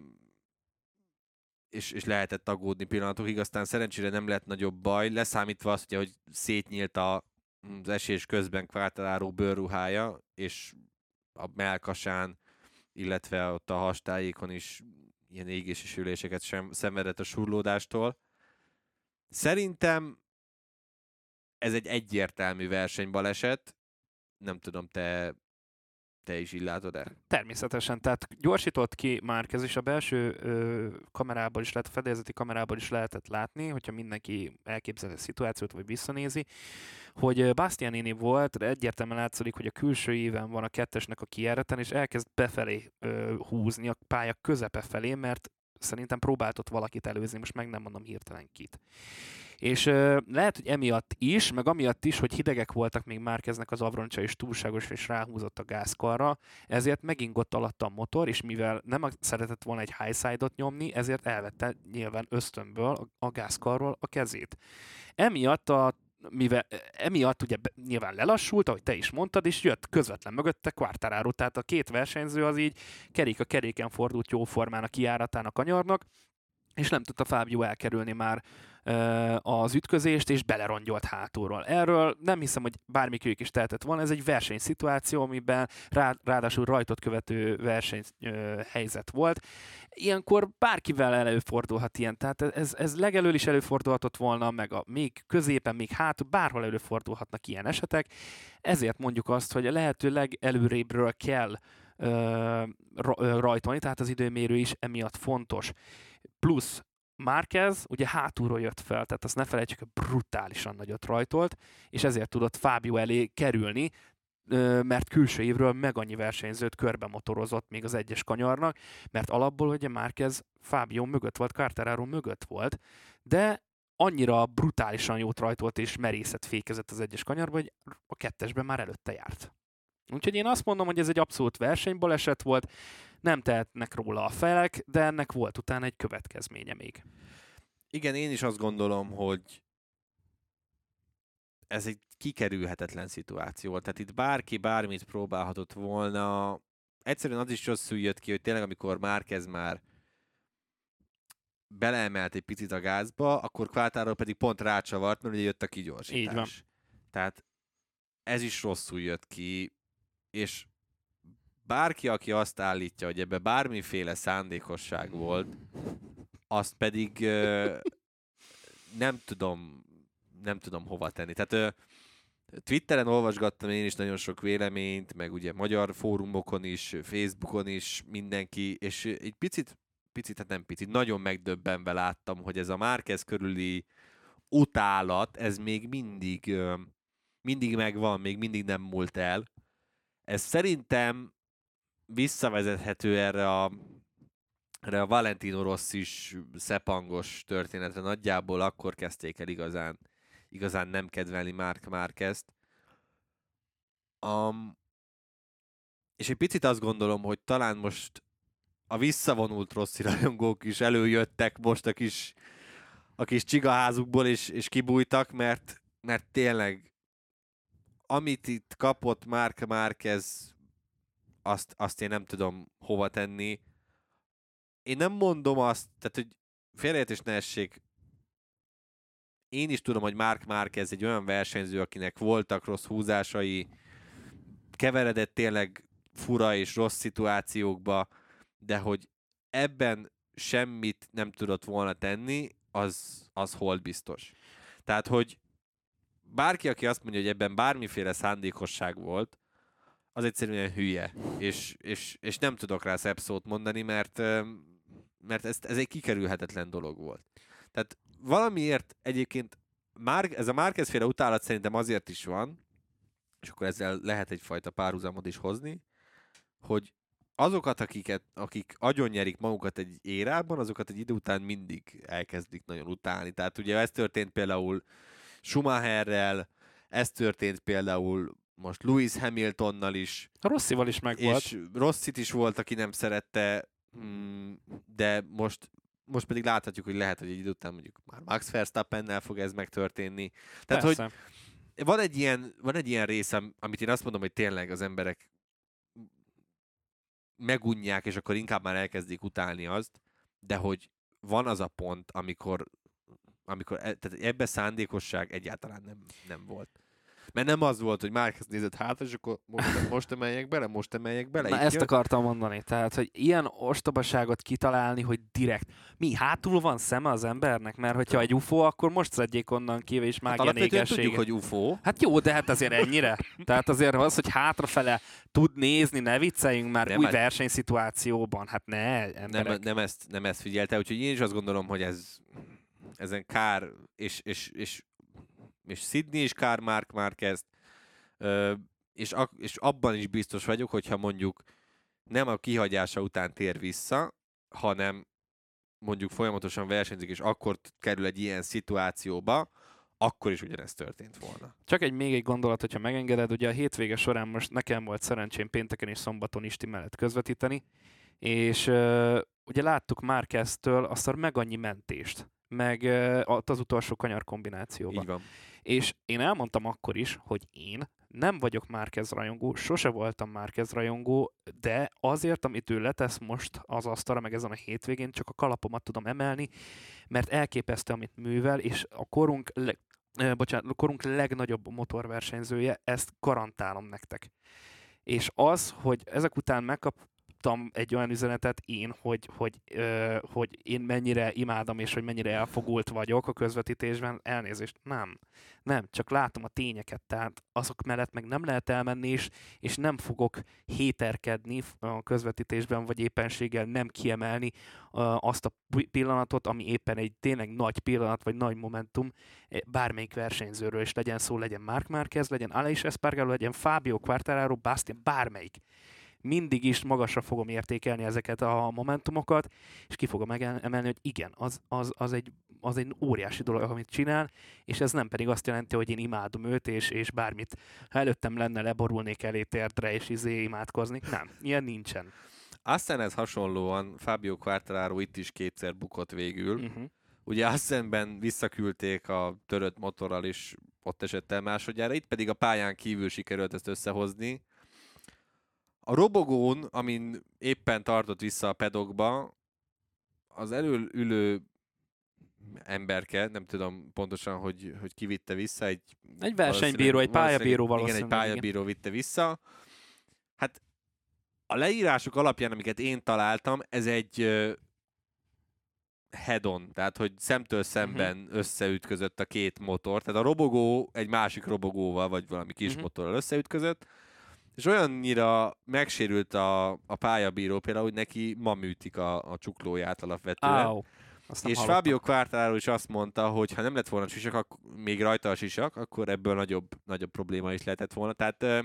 B: és, és lehetett aggódni pillanatokig, aztán szerencsére nem lett nagyobb baj, leszámítva azt, hogy szétnyílt a, az esés közben Quartararo bőrruhája, és a mellkasán, illetve ott a hastájékon is ilyen égési süléseket sem szenvedett a surlódástól. Szerintem ez egy egyértelmű versenybaleset. Nem tudom, te, te is így látod-e?
C: Természetesen, tehát gyorsított ki Márquez, és a belső ö, kamerából is lehet, a fedélzeti kamerából is lehetett látni, hogyha mindenki elképzeli a szituációt, vagy visszanézi, hogy Bastianini volt, egyértelműen látszik, hogy a külső éven van a kettesnek a kijáratán, és elkezd befelé ö, húzni a pálya közepe felé, mert szerintem próbált ott valakit előzni, most meg nem mondom hirtelen kit. És ö, lehet, hogy emiatt is, meg amiatt is, hogy hidegek voltak még Márqueznek az avroncsa, és túlságos, és ráhúzott a gázkarra, ezért megingott alatta a motor, és mivel nem szeretett volna egy highside-ot nyomni, ezért elvette nyilván ösztönből a, a gázkarról a kezét. Emiatt a mivel emiatt ugye nyilván lelassult, ahogy te is mondtad, és jött közvetlen mögötte Quartararo, tehát a két versenyző az így kerék a keréken fordult jóformán a kijáratán a kanyarnak, és nem tudta Fábio elkerülni már az ütközést, és belerongyolt hátulról. Erről nem hiszem, hogy bármikőjük is tehetett volna, ez egy versenyszituáció, amiben rá, ráadásul rajtot követő versenyhelyzet volt. Ilyenkor bárkivel előfordulhat ilyen, tehát ez, ez legelől is előfordulhatott volna, meg a, még középen, még hátul, bárhol előfordulhatnak ilyen esetek. Ezért mondjuk azt, hogy a lehető legelőrébbről kell ö, rajtolni, tehát az időmérő is emiatt fontos. Plusz Márquez ugye hátulról jött fel, tehát azt ne felejtsük, hogy brutálisan nagyot rajtolt, és ezért tudott Fábio elé kerülni, mert külső évről meg annyi versenyzőt körbe motorozott még az egyes kanyarnak, mert alapból ugye Márquez Fábio mögött volt, Quartararo mögött volt, de annyira brutálisan jót rajtolt és merészet fékezett az egyes kanyarba, hogy a kettesben már előtte járt. Úgyhogy én azt mondom, hogy ez egy abszolút versenybaleset volt, nem tehetnek róla a felek, de ennek volt utána egy következménye még.
B: Igen, én is azt gondolom, hogy ez egy kikerülhetetlen szituáció volt. Tehát itt bárki bármit próbálhatott volna. Egyszerűen az is rosszul jött ki, hogy tényleg amikor Márquez már beleemelt egy picit a gázba, akkor Quartararo pedig pont rácsavart, mert ugye jött a kigyorsítás.
C: Így van.
B: Tehát ez is rosszul jött ki, és bárki, aki azt állítja, hogy ebbe bármiféle szándékosság volt, azt pedig euh, nem tudom, nem tudom hova tenni. Tehát euh, Twitteren olvasgattam én is nagyon sok véleményt, meg ugye magyar fórumokon is, Facebookon is mindenki, és egy picit, picit, hát nem picit, nagyon megdöbbenve láttam, hogy ez a Márquez körüli utálat, ez még mindig, euh, mindig megvan, még mindig nem múlt el. Ez szerintem visszavezethető erre a, erre a Valentino Rossi-s szepangos történetre. Nagyjából akkor kezdték el igazán, igazán nem kedvelni Marc Márquezt. Um, és egy picit azt gondolom, hogy talán most a visszavonult Rossi rajongók is előjöttek most a kis, a kis csigaházukból, és, és kibújtak, mert, mert tényleg amit itt kapott Marc Márquez, Azt, azt én nem tudom hova tenni. Én nem mondom azt, tehát, hogy félreértés ne essék. Én is tudom, hogy Marc Márquez egy olyan versenyző, akinek voltak rossz húzásai, keveredett tényleg fura és rossz szituációkba, de hogy ebben semmit nem tudott volna tenni, az, az hold biztos. Tehát, hogy bárki, aki azt mondja, hogy ebben bármiféle szándékosság volt, az egyszerűen hülye, és, és, és nem tudok rá szebb szót mondani, mert, mert ez, ez egy kikerülhetetlen dolog volt. Tehát valamiért egyébként már, ez a Márquez-féle utálat szerintem azért is van, és akkor ezzel lehet egyfajta párhuzamot is hozni, hogy azokat, akiket, akik agyonnyerik magukat egy érában, azokat egy idő után mindig elkezdik nagyon utálni. Tehát ugye ez történt például Schumacherrel, ez történt például most Lewis Hamiltonnal is.
C: Rossival is megvolt.
B: És Rossit is volt, aki nem szerette, de most, most pedig láthatjuk, hogy lehet, hogy egy idő után mondjuk már Max Verstappennel fog ez megtörténni. Tehát,
C: Persze.
B: hogy van egy, ilyen, van egy ilyen rész, amit én azt mondom, hogy tényleg az emberek megunják, és akkor inkább már elkezdik utálni azt, de hogy van az a pont, amikor, amikor tehát ebbe szándékosság egyáltalán nem, nem volt. Mert nem az volt, hogy Márquez nézett hátra, és akkor most, most emeljek bele, most emeljek bele.
C: Na ezt jön. Akartam mondani. Tehát, hogy ilyen ostobaságot kitalálni, hogy direkt mi hátul van szeme az embernek, mert hogyha egy ufó, akkor most szedjék onnan ki, és mágia hát négessége.
B: Tudjuk, hogy ufó.
C: Hát jó, de hát azért ennyire. Tehát azért az, hogy hátrafele tud nézni, ne vicceljünk már nem, új hát... versenyszituációban. Hát ne, emberek.
B: Nem, nem, ezt, nem ezt figyelte, úgyhogy én is azt gondolom, hogy ez ezen kár, és, és, és, és Sydney is kár Marc Márquezt, és, és abban is biztos vagyok, hogyha mondjuk nem a kihagyása után tér vissza, hanem mondjuk folyamatosan versenyzik, és akkor kerül egy ilyen szituációba, akkor is ugyanezt történt volna.
C: Csak egy még egy gondolat, hogyha megengeded, ugye a hétvége során most nekem volt szerencsém pénteken és szombaton Isti mellett közvetíteni, és uh, ugye láttuk Márqueztől azt a meg annyi mentést, meg uh, az utolsó kanyar kombinációban.
B: Így van.
C: És én elmondtam akkor is, hogy én nem vagyok Márquez rajongó, sose voltam Márquez rajongó, de azért, amit ő letesz most az asztalra, meg ezen a hétvégén, csak a kalapomat tudom emelni, mert elképesztő, amit művel, és a korunk, le, eh, bocsánat, a korunk legnagyobb motorversenyzője, ezt garantálom nektek. És az, hogy ezek után megkap egy olyan üzenetet én, hogy, hogy, ö, hogy én mennyire imádom, és hogy mennyire elfogult vagyok a közvetítésben, elnézést, nem. Nem, csak látom a tényeket, tehát azok mellett meg nem lehet elmenni, és, és nem fogok héterkedni a közvetítésben, vagy éppenséggel nem kiemelni ö, azt a pillanatot, ami éppen egy tényleg nagy pillanat, vagy nagy momentum bármelyik versenyzőről, és legyen szó, legyen Marc Márquez, legyen Aleix Espargaro, legyen Fabio Quartararo, Bastian, bármelyik. Mindig is magasra fogom értékelni ezeket a momentumokat, és ki fogom emelni, hogy igen, az, az, az, egy, az egy óriási dolog, amit csinál, és ez nem pedig azt jelenti, hogy én imádom őt, és, és bármit, ha előttem lenne, leborulnék elé térdre, és izé imádkozni. Nem, ilyen nincsen.
B: Aztán ez hasonlóan Fabio Quartararo itt is kétszer bukott végül. Uh-huh. Ugye Assenben visszaküldték a törött motorral, és ott esett el másodjára, itt pedig a pályán kívül sikerült ezt összehozni. A robogón, amin éppen tartott vissza a pedokba, az elől ülő emberke, nem tudom pontosan, hogy, hogy ki vitte vissza. Egy,
C: egy versenybíró, egy pályabíró valószínűleg.
B: Igen, egy pályabíró vitte vissza. Hát a leírások alapján, amiket én találtam, ez egy uh, head-on, tehát hogy szemtől szemben uh-huh. összeütközött a két motor. Tehát a robogó egy másik robogóval, vagy valami kis uh-huh. motorral összeütközött. És olyannyira megsérült a, a pályabíró például, hogy neki ma műtik a, a csuklóját alapvetően.
C: Áó,
B: és hallottam. Fabio Quartararo is azt mondta, hogy ha nem lett volna sisak, akkor, még rajta a sisak, akkor ebből nagyobb, nagyobb probléma is lehetett volna. Tehát euh,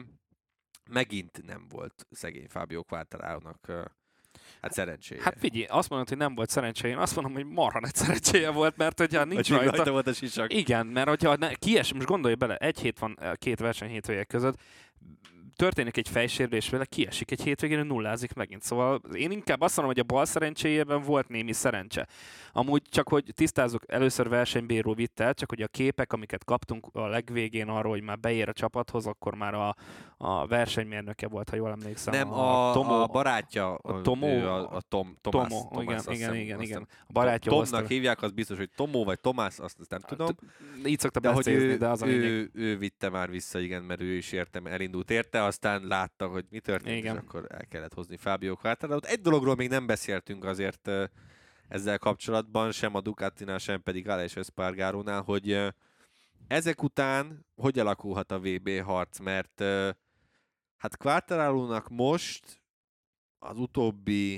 B: megint nem volt szegény Fabio Quartararónak euh, hát szerencséje.
C: Hát figyelj, azt mondod, hogy nem volt szerencséje, én azt mondom, hogy marha nagy szerencséje volt, mert hogyha nincs
B: hogy
C: rajta...
B: rajta volt a sisak.
C: Igen, mert hogyha ne, kies, most gondolj bele, egy hét van két verseny hétvégek között, történik egy fejsérülés vele, kiesik egy hétvégén, nullázik megint. Szóval én inkább azt mondom, hogy a bal szerencséjében volt némi szerencse. Amúgy csak, hogy tisztázzuk, először versenybíró vitte el, csak hogy a képek, amiket kaptunk a legvégén arról, hogy már beér a csapathoz, akkor már a, a versenymérnöke volt, ha jól emlékszem.
B: Nem, a, a, Tomo, a barátja,
C: a, Tomo,
B: a, a Tom, Tomás,
C: Tomo,
B: Tomás,
C: igen,
B: igen,
C: igen,
B: igen,
C: igen, igen.
B: A
C: barátja
B: Tomnak
C: hozta.
B: hívják, az biztos, hogy Tomó vagy Tomás, azt, azt nem tudom.
C: Így szokta
B: de hogy ő,
C: de az a
B: ő, ő vitte már vissza, igen, mert ő is értem, elindult érte, aztán látta, hogy mi történt, igen. És akkor el kellett hozni Fabio Quartararót. Egy dologról még nem beszéltünk azért ezzel kapcsolatban, sem a Ducatinál, sem pedig Aleix Espargarónál, hogy ezek után hogy alakulhat a vé bé harc, mert hát Quartararónak most az utóbbi,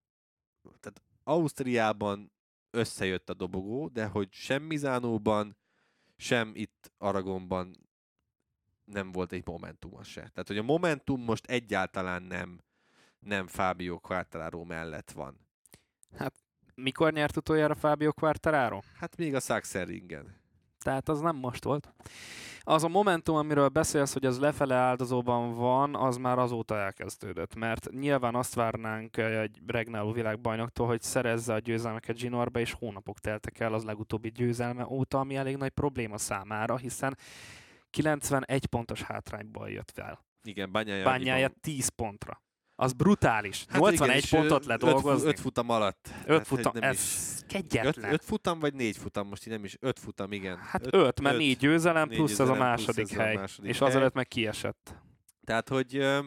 B: tehát Ausztriában összejött a dobogó, de hogy sem Misánóban, sem itt Aragonban nem volt egy momentuma se. Tehát, hogy a momentum most egyáltalán nem, nem Fabio Quartararo mellett van.
C: Hát mikor nyert utoljára Fabio Quartararo?
B: Hát még a Sachsenringen.
C: Tehát az nem most volt. Az a momentum, amiről beszélsz, hogy az lefele áldozóban van, az már azóta elkezdődött, mert nyilván azt várnánk egy regnáló világbajnoktól, hogy szerezze a győzelmeket Ginorba, és hónapok teltek el az legutóbbi győzelme óta, ami elég nagy probléma számára, hiszen kilencvenegy pontos hátrányból jött fel.
B: Igen, Bagnaia,
C: Bagnaia tíz pontra. Az brutális. Hát nyolcvanegy igen, pontot ledolgozni.
B: öt futam alatt.
C: öt futam, ez... Kegyetlen.
B: Öt, öt futam, vagy négy futam? Most így nem is. Öt futam, igen.
C: Hát öt,
B: öt,
C: mert
B: öt,
C: négy győzelem,
B: négy
C: plusz
B: győzelem,
C: ez a
B: plusz
C: második
B: ez a
C: hely.
B: második
C: És
B: hely.
C: azelőtt meg kiesett.
B: Tehát, hogy ö,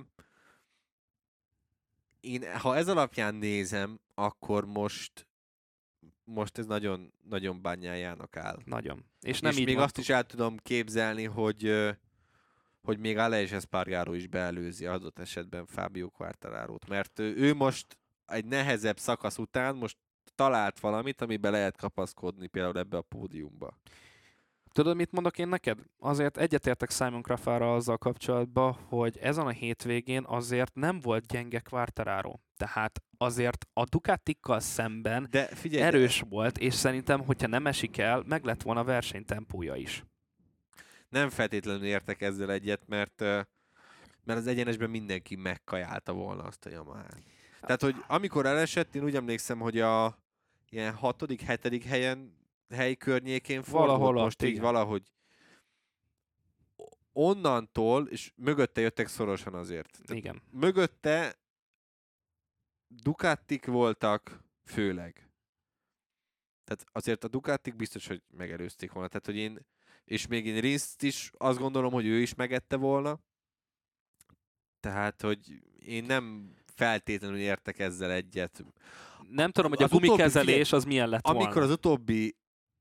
B: én, ha ez alapján nézem, akkor most most ez nagyon, nagyon bányájának áll.
C: Nagyon. És nem
B: és
C: így
B: még
C: mondtuk.
B: azt is el tudom képzelni, hogy ö, hogy még Aleix Espargaró is beelőzi adott esetben Fábio Quartararót, mert ő, ő most egy nehezebb szakasz után most talált valamit, amiben lehet kapaszkodni például ebbe a pódiumba.
C: Tudod, mit mondok én neked? Azért egyetértek Simon Crafarral azzal kapcsolatban, hogy ezen a hétvégén azért nem volt gyenge Quartararo. Tehát azért a Ducatikkal szemben
B: De figyelj,
C: erős volt, és szerintem, hogyha nem esik el, meg lett volna a versenytempója is.
B: nem feltétlenül értek ezzel egyet, mert, ö, mert az egyenesben mindenki megkajálta volna azt a Yamahát. Tehát, hogy amikor elesett, én úgy emlékszem, hogy a ilyen hatodik, hetedik helyen, hely környékén fordult
C: Valahol ott,
B: most így
C: igen.
B: valahogy onnantól, és mögötte jöttek szorosan azért. Tehát
C: Igen.
B: mögötte Ducatik voltak főleg. Tehát azért a Ducatik biztos, hogy megelőzték volna. Tehát, hogy én, és még én Rinszt is azt gondolom, hogy ő is megette volna. Tehát, hogy én nem feltétlenül értek ezzel egyet.
C: Nem tudom, hogy a
B: Az utóbbi-
C: gumikezelés az milyen lett
B: Amikor
C: volna.
B: az utóbbi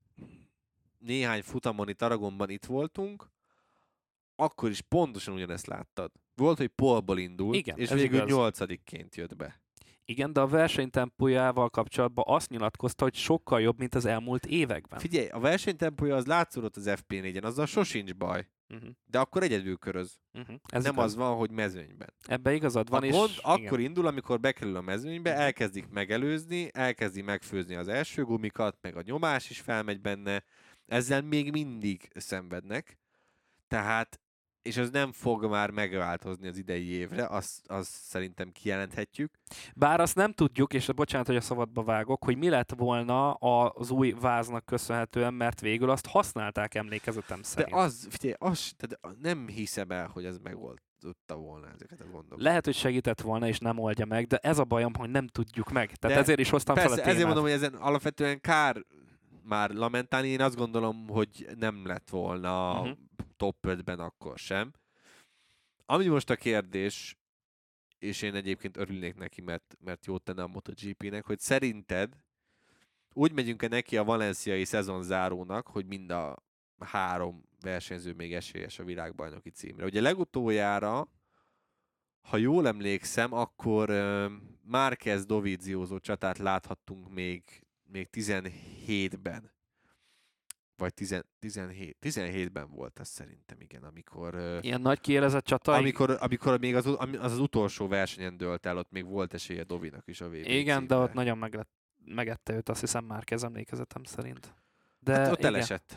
B: néhány futamon itt Aragonban itt voltunk, akkor is pontosan ugyanezt láttad. Volt, hogy polból indult,
C: Igen,
B: és
C: ez
B: végül
C: igaz.
B: nyolcadikként jött be.
C: Igen, de a versenytempójával kapcsolatban azt nyilatkozta, hogy sokkal jobb, mint az elmúlt években.
B: Figyelj, a versenytempója az látszódott az ef pé négyen, azzal sosincs baj.
C: Uh-huh.
B: De akkor egyedül köröz.
C: Uh-huh. Ez
B: Nem
C: igaz.
B: az van, hogy mezőnyben.
C: Ebbe igazad van,
B: A
C: és
B: gond
C: igen.
B: akkor indul, amikor bekerül a mezőnybe, elkezdik megelőzni, elkezdi megfőzni az első gumikat, meg a nyomás is felmegy benne, ezzel még mindig szenvednek, tehát, és az nem fog már megváltozni az idei évre, azt, azt szerintem kijelenthetjük.
C: Bár azt nem tudjuk, és bocsánat, hogy a szabadba vágok, hogy mi lett volna az új váznak köszönhetően, mert végül azt használták emlékezetem
B: De
C: szerint.
B: az, figyelj, az, tehát nem hiszem el, hogy ez megoldotta volna ezeket a gondokat.
C: Lehet, hogy segített volna, és nem oldja meg, de ez a bajom, hogy nem tudjuk meg. Tehát
B: De
C: ezért is hoztam fel a
B: Persze,
C: témát.
B: ezért mondom, hogy ezen alapvetően kár már lamentálni, én azt gondolom, hogy nem lett volna
C: Uh-huh.
B: top ötben akkor sem. Ami most a kérdés, és én egyébként örülnék neki, mert, mert jót tenne a MotoGP-nek, hogy szerinted úgy megyünk-e neki a valenciai szezonzárónak, hogy mind a három versenyző még esélyes a világbajnoki címre. Ugye legutoljára, ha jól emlékszem, akkor uh, Márquez Dovizioso csatát láthattunk még, még tizenhétben. Vagy tizen, tizenhét, tizenhétben volt ez szerintem, igen, amikor... Uh,
C: Ilyen nagy kiélezett csata.
B: amikor, amikor még az, az az utolsó versenyen dőlt el, ott még volt esélye Dovinak is a vé bé
C: Igen,
B: címre.
C: de ott nagyon meg lett, megette őt, azt hiszem már emlékezetem szerint. De
B: Hát ott
C: igen.
B: elesett.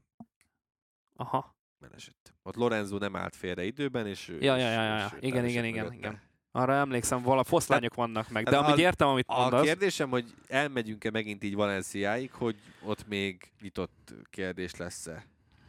C: Aha.
B: elesett. Ott Lorenzo nem állt félre időben, és...
C: Ja,
B: és,
C: ja, ja, ja, ja.
B: és
C: Igen,
B: elesett
C: igen, igen,
B: mögötte.
C: igen. Arra emlékszem, vala foszlányok vannak meg. De
B: tehát
C: amúgy
B: az-
C: értem, amit
B: A
C: mondasz.
B: kérdésem, hogy elmegyünk-e megint így Valenciáig, hogy ott még nyitott kérdés lesz-e?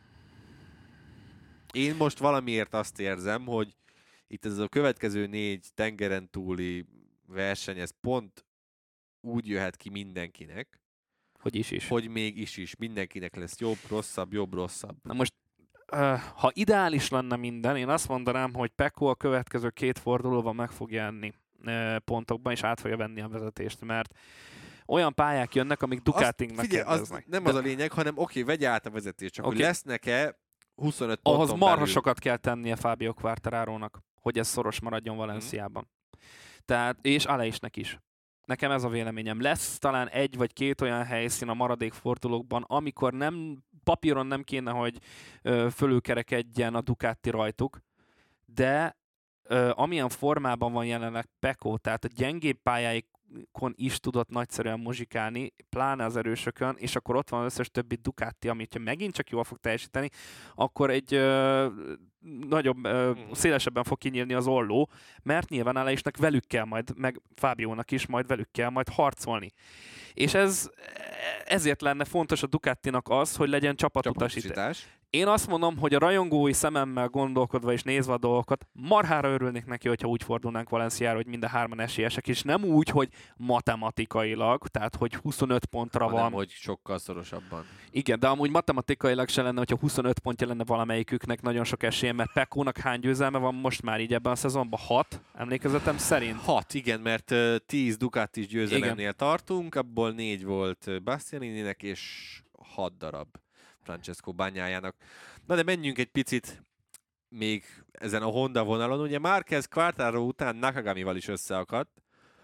B: Én most valamiért azt érzem, hogy itt ez a következő négy tengeren túli verseny, ez pont úgy jöhet ki mindenkinek,
C: Hogy is is.
B: hogy még is is mindenkinek lesz jobb, rosszabb, jobb, rosszabb.
C: Na most, uh, ha ideális lenne minden, én azt mondanám, hogy Pecco a következő két fordulóban meg fog jelenni uh, pontokban, és át fogja venni a vezetést, mert olyan pályák jönnek, amik Ducatingnak
B: Figyelj, az
C: kedveznek.
B: nem
C: De
B: az a lényeg, hanem oké, vegye át a vezetést, csak
C: Oké.
B: hogy lesznek-e huszonöt ponton
C: ahhoz marha
B: belül.
C: sokat kell tennie Fábio Quartararónak, hogy ez szoros maradjon Valenciában. Tehát, és Aleixnek is. Nekem ez a véleményem. Lesz talán egy vagy két olyan helyszín a maradék fordulókban, amikor nem, papíron nem kéne, hogy ö, fölülkerekedjen a Ducati rajtuk, de ö, amilyen formában van jelenleg Pecco, tehát a gyengébb pályáikon is tudott nagyszerűen muzsikálni, pláne az erősökön, és akkor ott van az összes többi Ducati, amit ha megint csak jól fog teljesíteni, akkor egy ö, nagyobb, ö, szélesebben fog kinyílni az olló, mert nyilván Aleixnek velük kell majd, meg Fábiónak is majd velük kell majd harcolni. És ez ezért lenne fontos a Ducatinak az, hogy legyen csapatutasítás.
B: Csapatutasítás.
C: Én azt mondom, hogy a rajongói szememmel gondolkodva és nézve a dolgokat, marhára örülnék neki, hogyha úgy fordulnánk Valenciára, hogy mind a hárman esélyesek, és nem úgy, hogy matematikailag, tehát hogy huszonöt pontra
B: hanem,
C: van.
B: hogy sokkal szorosabban.
C: Igen, de amúgy matematikailag se lenne, hogyha huszonöt pontja lenne valamelyiküknek nagyon sok esélye, mert Pekónak hány győzelme van most már így ebben a szezonban? Hat? Emlékezetem szerint?
B: Hat, igen, mert uh, tíz Ducatis győzelemnél tartunk, abból négy volt Bastianininek, és hat darab Francesco Bagnájának. Na de menjünk egy picit még ezen a Honda vonalon. Ugye Márquez Quartararo után Nakagamival is összeakadt,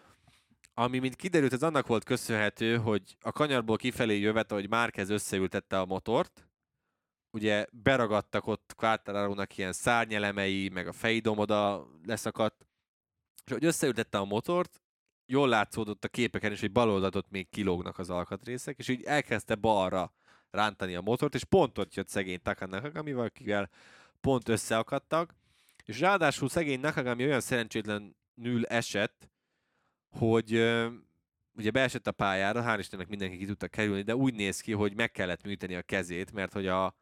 B: ami, mint kiderült, ez annak volt köszönhető, hogy a kanyarból kifelé jövet, ahogy Márquez összeültette a motort, ugye beragadtak ott Quartararónak ilyen szárnyelemei, meg a fejdomoda leszakadt, és hogy összeültette a motort, jól látszódott a képeken is, hogy bal oldalt még kilógnak az alkatrészek, és így elkezdte balra rántani a motort, és pont ott jött szegény Taka Nakagamival, akivel pont összeakadtak, és ráadásul szegény Nakagami olyan szerencsétlenül esett, hogy uh, ugye beesett a pályára, hál' Istennek mindenki ki tudta kerülni, de úgy néz ki, hogy meg kellett műteni a kezét, mert hogy a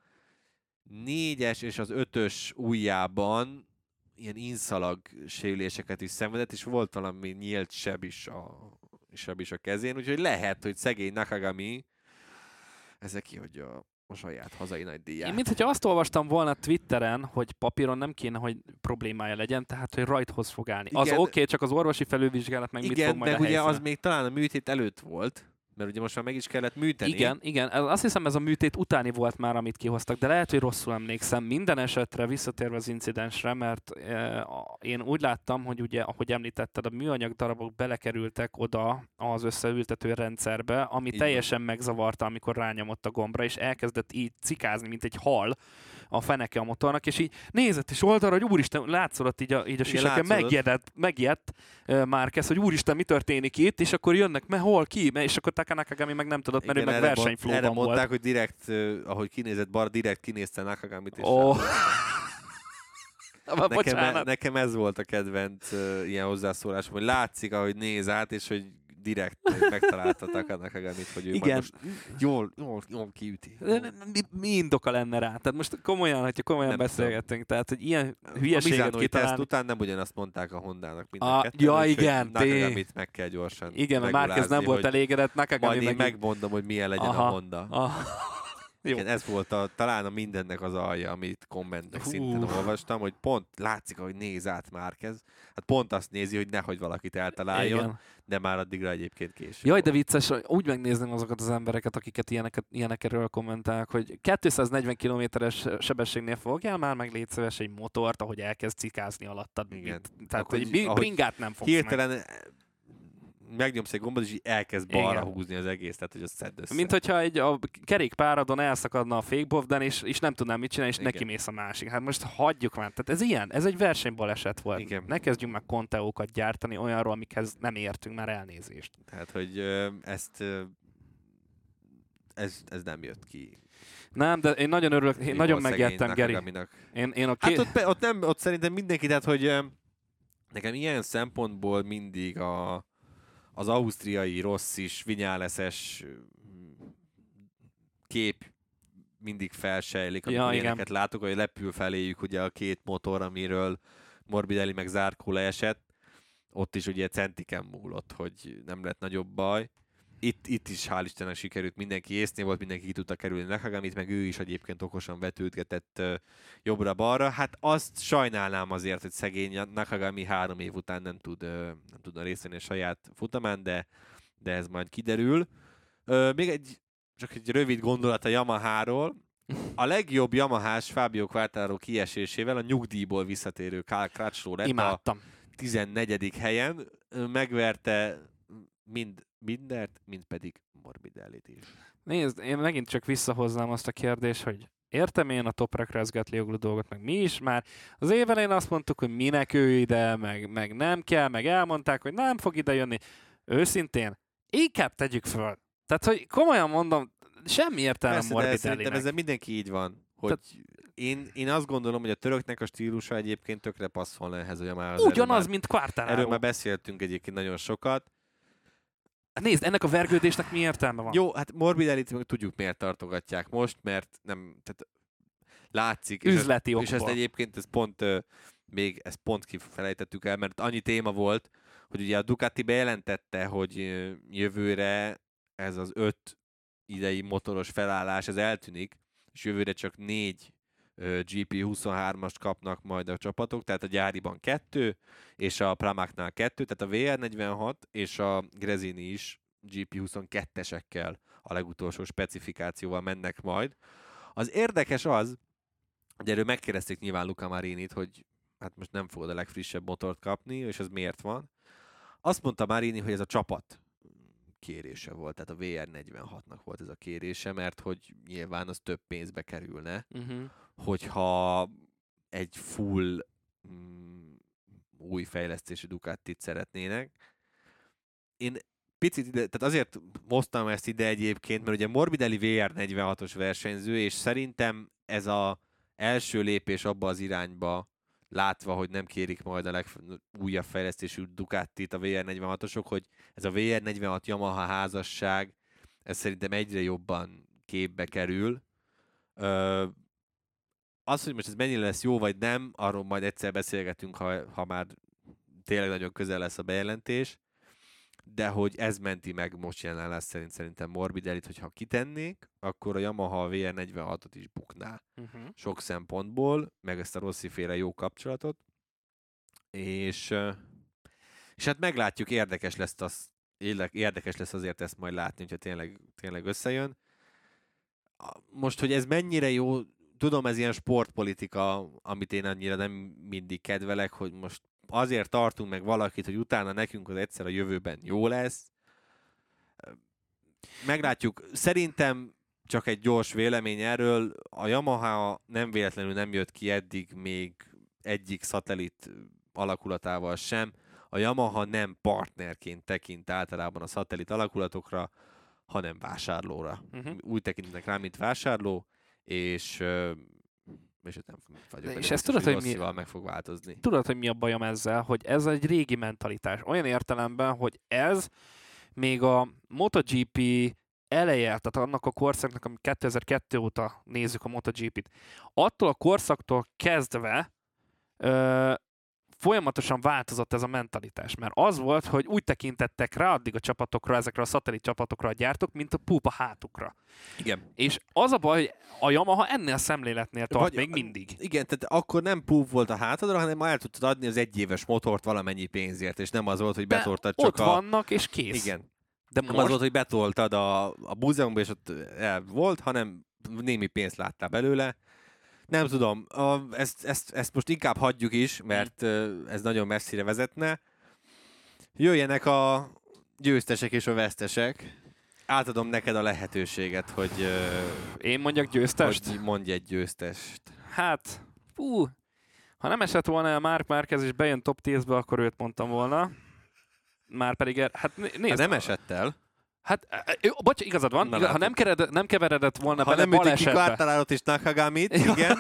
B: négyes és az ötös ujjában ilyen inszalag sérüléseket is szenvedett, és volt valami nyílt seb is a, seb is a kezén, úgyhogy lehet, hogy szegény Nakagami ezek ki, hogy a, a saját hazai nagydíját.
C: Én mintha azt olvastam volna Twitteren, hogy papíron nem kéne, hogy problémája legyen, tehát hogy rajthoz fog állni. Igen, az oké, okay, csak az orvosi felülvizsgálat meg
B: igen,
C: mit fog majd
B: meg
C: a
B: ugye
C: helyszínen.
B: az még talán a műtét előtt volt, mert ugye most már meg is kellett műteni.
C: Igen, igen. Azt hiszem ez a műtét utáni volt már, amit kihoztak, de lehet, hogy rosszul emlékszem. Minden esetre visszatérve az incidensre, mert eh, én úgy láttam, hogy ugye, ahogy említetted, a műanyag darabok belekerültek oda az összeültető rendszerbe, ami
B: így
C: teljesen
B: van.
C: Megzavarta, amikor rányomott a gombra, és elkezdett így cikázni, mint egy hal a feneke a motornak, és így nézett is oldalra, hogy úristen, látszott így a, így a sisakon, megijedt, megijedt uh, Márquez, hogy úristen, mi történik itt, és akkor jönnek, me hol, ki, me, és akkor Taka Nakagami meg nem tudott, mert
B: igen,
C: ő meg versenyflóban
B: volt. Erre mondták,
C: volt.
B: hogy direkt, uh, ahogy kinézett bar, direkt kinézte Nakagamit, és
C: oh.
B: nekem, nekem ez volt a kedvenc uh, ilyen hozzászólásom, hogy látszik, ahogy néz át, és hogy direkt megtaláltatok annak, amit, hogy ő
C: igen.
B: most jól, jól, jól kiüti.
C: Mi, mi indoka lenne rá? Tehát most komolyan, hogyha komolyan nem beszélgettünk, tehát hogy ilyen hülyeséget
B: kitalálni. A teszt után nem ugyanazt mondták a Hondának minden
C: a,
B: ketten,
C: ja, igen,
B: Nakagamit meg kell gyorsan
C: igen, mert Márquez nem volt elégedett, Nakagami
B: majd
C: meg...
B: én megmondom, hogy milyen legyen
C: aha,
B: a Honda.
C: Aha.
B: Igen, ez volt a, talán a mindennek az alja, amit kommentnek szinten olvastam, hogy pont látszik, hogy néz át Márquez. Hát pont azt nézi, hogy nehogy valakit eltaláljon, igen. De már addigra egyébként később.
C: Jaj, de vicces, úgy megnézném azokat az embereket, akiket ilyeneket, ilyenekről kommentálnak, hogy kétszáznegyven kilométeres sebességnél fogjál már meg légy szíves egy motort, ahogy elkezd cikázni alattad.
B: Igen.
C: Tehát,
B: ahogy,
C: hogy bringát nem fogsz
B: hirtelen
C: meg.
B: megnyomsz egy gombot, és így elkezd balra húzni az egész, tehát hogy azt szedd össze.
C: Mint hogyha egy a kerékpáradon elszakadna a fékbovden, és, és nem tudnám mit csinálni, és
B: igen.
C: neki mész a másik. Hát most hagyjuk már. Tehát ez ilyen, ez egy versenybaleset volt.
B: Igen.
C: Ne kezdjünk meg konteókat gyártani olyanról, amikhez nem értünk már elnézést.
B: Tehát, hogy ezt ez, ez nem jött ki.
C: Nem, de én nagyon örülök, én nagyon megjettem, Geri. Én, én a
B: ké... Hát ott, ott, nem, ott szerintem mindenki, tehát, hogy nekem ilyen szempontból mindig a az ausztriai rossz is, Vinyáleszes kép mindig felsejlik, amikor ja, ilyeneket látok, hogy lepül feléjük ugye a két motor, amiről Morbidelli meg Zarco leesett. Ott is ugye centiken múlott, hogy nem lett nagyobb baj. Itt, itt is hál' Istennek sikerült, mindenki észnél volt, mindenki ki tudta kerülni Nakagamit, meg ő is egyébként okosan vetődgetett uh, jobbra-balra. Hát azt sajnálnám azért, hogy szegény Nakagami három év után nem, tud, uh, nem tudna részt venni a saját futamán, de, de ez majd kiderül. Uh, még egy, csak egy rövid gondolat a Yamaháról. A legjobb Yamahás Fabio Quartararo kiesésével a nyugdíjból visszatérő Cal Crutchlow lett
C: Imádtam.
B: a tizennegyedik helyen. Megverte mind Mindert, mint pedig Morbidellit is.
C: Nézd, én megint csak visszahoznám azt a kérdést, hogy értem én a Toprak Razgatlioglu dolgot, meg mi is már. Az év elején azt mondtuk, hogy minek ő ide, meg, meg nem kell, meg elmondták, hogy nem fog ide jönni. Őszintén, inkább tegyük föl. Tehát, hogy komolyan mondom, semmi értelme Morbidellinek.
B: Szerintem ezzel mindenki így van, hogy Tehát... én, én azt gondolom, hogy a töröknek a stílusa egyébként tökre passzolna ehhez a Yamahához.
C: Ugyanaz, mint Quartararo.
B: Erről már beszéltünk egyébként nagyon sokat.
C: Nézd, ennek a vergődésnek mi értelme van?
B: Jó, hát Morbidellit tudjuk miért tartogatják most, mert nem, tehát látszik.
C: Üzleti
B: és,
C: okból.
B: és ezt egyébként ez pont, még ezt pont kifelejtettük el, mert annyi téma volt, hogy ugye a Ducati bejelentette, hogy jövőre ez az öt idei motoros felállás, ez eltűnik, és jövőre csak négy gé pé huszonhármast kapnak majd a csapatok, tehát a gyáriban kettő, és a Pramac-nál kettő, tehát a vé er negyvenhat és a Gresini is gé pé huszonkettősekkel a legutolsó specifikációval mennek majd. Az érdekes az, hogy erről megkérdezték nyilván Luca Marinit, hogy hát most nem fogod a legfrissebb motort kapni, és ez miért van. Azt mondta Marini, hogy ez a csapat kérése volt, tehát a vé er negyvenhatnak volt ez a kérése, mert hogy nyilván az több pénzbe kerülne, uh-huh. hogyha egy full mm, új fejlesztésű Ducatit szeretnének. Én picit ide, tehát azért hoztam ezt ide egyébként, mert ugye Morbidelli vé er negyvenhatos versenyző, és szerintem ez az első lépés abba az irányba, látva, hogy nem kérik majd a legújabb fejlesztésű Ducatit a vé er negyvenhatosok, hogy ez a vé er negyvenhat Yamaha házasság, ez szerintem egyre jobban képbe kerül. Ö, az, hogy most ez mennyire lesz jó vagy nem, arról majd egyszer beszélgetünk, ha, ha már tényleg nagyon közel lesz a bejelentés, de hogy ez menti meg most jelenállás szerint szerintem Morbidellit, hogyha kitennék, akkor a Yamaha a vé er negyvenhatot is bukná. Uh-huh. Sok szempontból, meg ezt a Rossi-féle jó kapcsolatot. És, és hát meglátjuk, érdekes lesz, az, érdekes lesz azért ezt majd látni, hogyha tényleg, tényleg összejön. Most, hogy ez mennyire jó, tudom, ez ilyen sportpolitika, amit én annyira nem mindig kedvelek, hogy most azért tartunk meg valakit, hogy utána nekünk az egyszer a jövőben jó lesz. Meglátjuk. Szerintem csak egy gyors vélemény erről. A Yamaha nem véletlenül nem jött ki eddig még egyik szatellit alakulatával sem. A Yamaha nem partnerként tekint általában a szatellit alakulatokra, hanem vásárlóra. Uh-huh. Úgy tekintenek rá, mint vásárló, és és nem vagyok
C: és ezt tudod, hogy mi,
B: meg fog változni.
C: Tudod, hogy mi a bajom ezzel, hogy ez egy régi mentalitás. Olyan értelemben, hogy ez még a MotoGP eleje, tehát annak a korszaknak, ami kétezer-kettő óta nézzük a MotoGP-t, attól a korszaktól kezdve ö, folyamatosan változott ez a mentalitás, mert az volt, hogy úgy tekintettek rá addig a csapatokra, ezekre a szatellit csapatokra a gyártók, mint a púp a hátukra.
B: Igen.
C: És az a baj, hogy a Yamaha ennél a szemléletnél tart
B: Vagy,
C: még mindig.
B: Igen, tehát akkor nem púp volt a hátadra, hanem el tudtad adni az egyéves motort valamennyi pénzért, és nem az volt, hogy betoltad csak
C: ott
B: a...
C: ott vannak, és kész.
B: Igen.
C: De
B: nem
C: most...
B: az volt, hogy betoltad a, a múzeumban, és ott el volt, hanem némi pénzt láttál belőle. Nem tudom, a, ezt, ezt, ezt most inkább hagyjuk is, mert ez nagyon messzire vezetne. Jöjjenek a győztesek és a vesztesek. Átadom neked a lehetőséget, hogy...
C: Én mondjak győztest?
B: Hogy mondj egy győztest.
C: Hát, fú, ha nem esett volna el Marc Márquez és bejön top tízbe, akkor őt mondtam volna. Már pedig, er, hát nézd.
B: Hát nem esett el.
C: Hát, jó, bocs, igazad van, igaz, ha nem, kered, nem keveredett volna
B: ha
C: bele
B: balesetbe. Ha nem ütik ki
C: Quartararot
B: és Nakagamit, igen.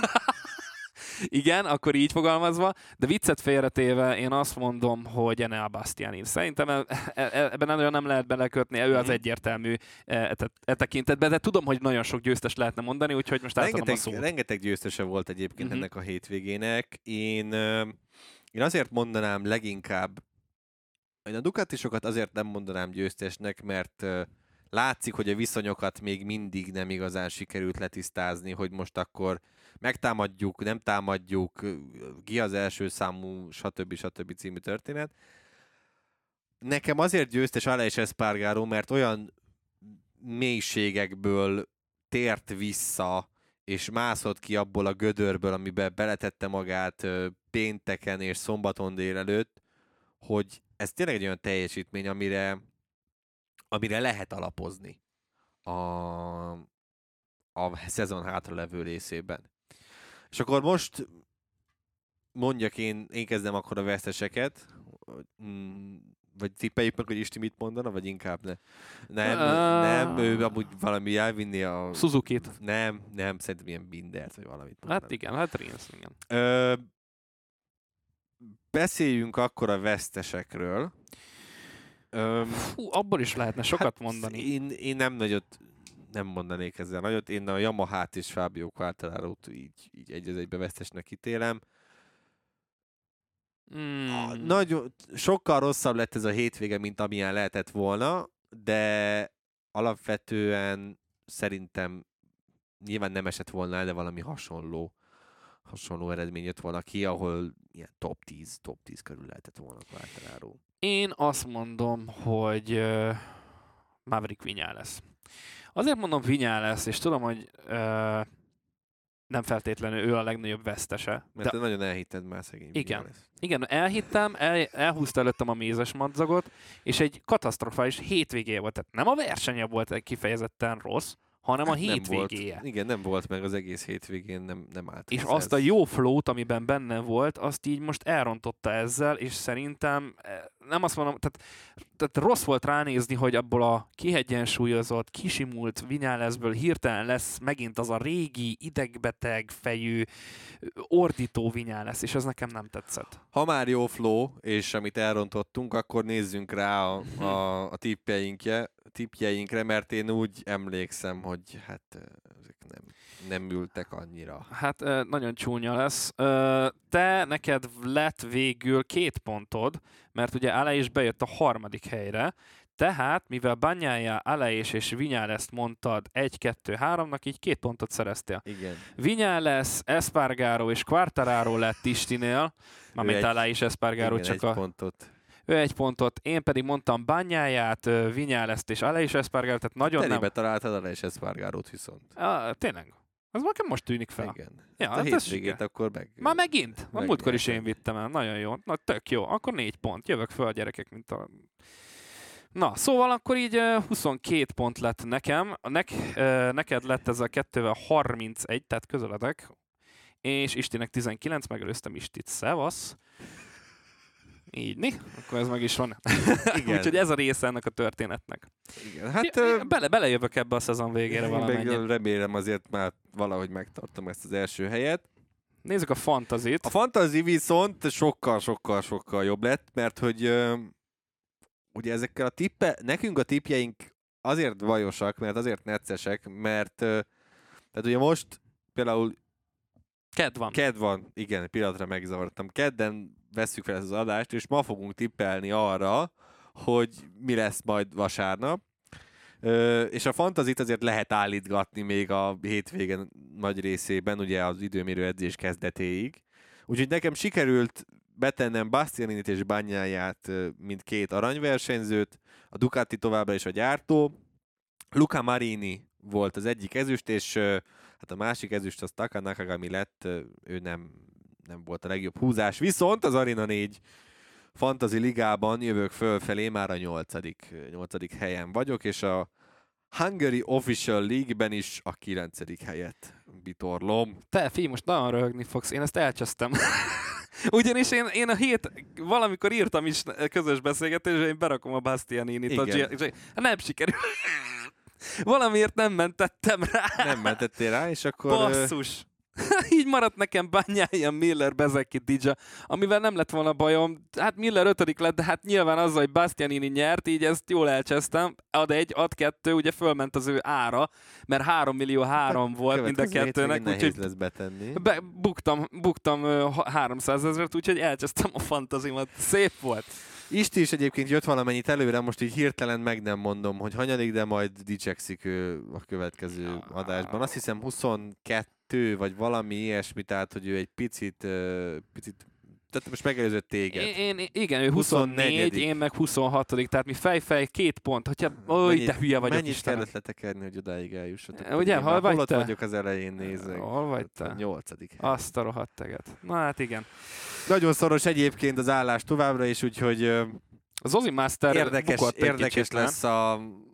C: Igen, akkor így fogalmazva, de viccet félretéve én azt mondom, hogy Enea Bastianini. Szerintem e, e, ebben nagyon nem lehet belekötni, ő az mm-hmm. egyértelmű e, e, e tekintetben, de tudom, hogy nagyon sok győztes lehetne mondani, úgyhogy most átadom
B: rengeteg,
C: a szót.
B: Rengeteg győztese volt egyébként mm-hmm. ennek a hétvégének. Én, én azért mondanám leginkább, én a Ducatisokat azért nem mondanám győztesnek, mert látszik, hogy a viszonyokat még mindig nem igazán sikerült letisztázni, hogy most akkor megtámadjuk, nem támadjuk, ki az első számú, stb. stb. Című történet. Nekem azért győztes Aleix Espargaró, mert olyan mélységekből tért vissza, és mászott ki abból a gödörből, amiben beletette magát pénteken és szombaton délelőtt, hogy ez tényleg egy olyan teljesítmény, amire, amire lehet alapozni a, a szezon hátralevő részében. És akkor most mondjak én, én kezdem akkor a veszteseket, vagy tippeljük meg, hogy Isti mit mondana, vagy inkább ne. Nem, uh... nem, ő amúgy valami elvinni a...
C: Suzuki-t.
B: Nem, nem, szerintem ilyen Bindert, vagy valamit mondana.
C: Hát igen, hát Rins, igen.
B: Ö, beszéljünk akkor a vesztesekről.
C: Ö, Fú, abból is lehetne sokat
B: hát
C: mondani.
B: Én, én nem nagyot... nem mondanék ezzel nagyot. Én a Yamahát és Fábio Quartararót így, így egy az egybe vesztesnek ítélem.
C: Mm.
B: Nagyon, sokkal rosszabb lett ez a hétvége, mint amilyen lehetett volna, de alapvetően szerintem nyilván nem esett volna el, de valami hasonló, hasonló eredmény jött volna ki, ahol ilyen top tíz, top tíz körül lehetett volna Quartararo.
C: Én azt mondom, hogy uh, Maverick Viñales. Azért mondom Viñales, és tudom, hogy uh, nem feltétlenül ő a legnagyobb vesztese.
B: Mert
C: De
B: te nagyon elhitted már szegény
C: igen,
B: Viñales.
C: igen, elhittem, el, elhúzta előttem a mézes madzagot, és egy katasztrofális hétvégéje volt. Tehát nem a versenye volt kifejezetten rossz, hanem a
B: Hát nem
C: hétvégéje.
B: Volt, igen, nem volt meg az egész hétvégén, nem, nem állt.
C: És
B: hozzá
C: azt a
B: ez.
C: jó flót, amiben benne volt, azt így most elrontotta ezzel, és szerintem eh, nem azt mondom, tehát, tehát rossz volt ránézni, hogy abból a kihegyensúlyozott, kisimult Viñalesből hirtelen lesz megint az a régi, idegbeteg fejű, ordító Viñales, és ez nekem nem tetszett.
B: Ha már jó flow, és amit elrontottunk, akkor nézzünk rá a, a, a tippjeinkre, tippjeinkre, mert én úgy emlékszem, hogy hát ezek nem, nem ültek annyira.
C: Hát eh, nagyon csúnya lesz. Eh, Te, neked lett végül két pontod, mert ugye Aleix bejött a harmadik helyre, tehát, mivel Bagnaia, Aleix és Viñalest mondtad egy kettő háromnak, így két pontot szereztél.
B: Igen.
C: Viñales, Espargaro és Quartararo lett Istinél, mármint Aleix, Espargaro
B: igen,
C: csak
B: egy
C: a...
B: pontot.
C: Ő egy pontot, én pedig mondtam Bagnáját, Viñalest és Aleix Espargaro, tehát nagyon
B: Terébe
C: nem...
B: találtad Aleix Espargarót viszont.
C: Ah, tényleg? Az nekem most tűnik fel.
B: Igen.
C: Ja,
B: Hát a
C: hát ez
B: hétvégét
C: siker.
B: akkor meg...
C: Már megint? A
B: meg-
C: múltkor is én vittem el. Nagyon jó. Na, tök jó. Akkor négy pont. Jövök föl a gyerekek, mint a... Na, szóval akkor így uh, huszonkét pont lett nekem. Nek, uh, neked lett ez a kettővel harmincegy, tehát közeledek. És Istinek tizenkilenc, megelőztem Istit. Szevasz. Így, ni? Akkor ez meg is van.
B: Igen.
C: Úgyhogy ez a része ennek a történetnek.
B: Igen. Hát
C: Ja,
B: ö,
C: bele, belejövök ebbe a szezon végére
B: én
C: valamennyit.
B: meg remélem azért már valahogy megtartom ezt az első helyet.
C: Nézzük a fantazit.
B: A fantasy viszont sokkal-sokkal-sokkal jobb lett, mert hogy ö, ugye ezekkel a tippe, nekünk a tippjeink azért vajosak, mert azért neccesek, mert ö, tehát ugye most például
C: Ked van.
B: kedd van, igen, egy pillanatra megzavartam, kedden vesszük fel ezt az adást, és ma fogunk tippelni arra, hogy mi lesz majd vasárnap. Ö, és a fantazit azért lehet állítgatni még a hétvégen nagy részében, ugye az időmérő edzés kezdetéig. Úgyhogy nekem sikerült betennem Bastianinit és Bagnáját, mint két aranyversenyzőt, a Ducati továbbra is a gyártó. Luca Marini volt az egyik ezüst, és hát a másik ezüst az Taka Nakagami lett, ő nem, nem volt a legjobb húzás. Viszont az Arena négy Fantasy Ligában jövök fölfelé, már a nyolcadik, nyolcadik helyen vagyok, és a Hungary Official League-ben is a kilencedik helyet bitorlom.
C: Te, figyelj, most nagyon röhögni fogsz, én ezt elcsesztem. Ugyanis én, én a hét, valamikor írtam is közös beszélgetésre, én berakom a Bastianinit, a
B: Igen.
C: G- hát nem sikerül. Valamiért nem mentettem rá.
B: Nem mentettél rá, és akkor... ö,
C: Basszus. Így maradt nekem Bagnaia, Miller, Bezeki, Dija, amivel nem lett volna bajom. Hát Miller ötödik lett, de hát nyilván azzal, hogy Bastianini nyert, így ezt jól elcsesztem. Ad egy, ad kettő, ugye fölment az ő ára, mert három millió három volt mind a
B: következő
C: kettőnek,
B: hétvégén nehéz
C: úgyhogy
B: lesz betenni.
C: be, buktam, buktam ö, háromszázezret, úgyhogy elcsesztem a fantazimat. Szép volt.
B: Isti is egyébként jött valamennyit előre, most így hirtelen meg nem mondom, hogy hanyadik, de majd dicsekszik ő a következő adásban. Azt hiszem huszonkettő, vagy valami ilyesmi, tehát hogy ő egy picit, uh, picit tehát most megelőzött téged.
C: Én, én, igen, ő huszonnégy,
B: huszonnegyedik.
C: én meg huszonhatodik, tehát mi fej-fej két pont. Hogyha, oly, te hülye vagyok,
B: mennyit
C: Istenem.
B: kellett letekerni, hogy odáig eljussatok?
C: Ugye,
B: Ugye,
C: hol
B: hol
C: vagy
B: ott
C: te?
B: vagyok az elején, nézzek.
C: Hol vagy
B: A
C: te?
B: nyolcadik.
C: Azt a rohadt teget. Na hát igen.
B: Nagyon szoros egyébként az állás továbbra is, úgyhogy ö,
C: Az Ozzy Master
B: érdekes,
C: bukott egy
B: érdekes
C: kicsit, nem?
B: lesz a,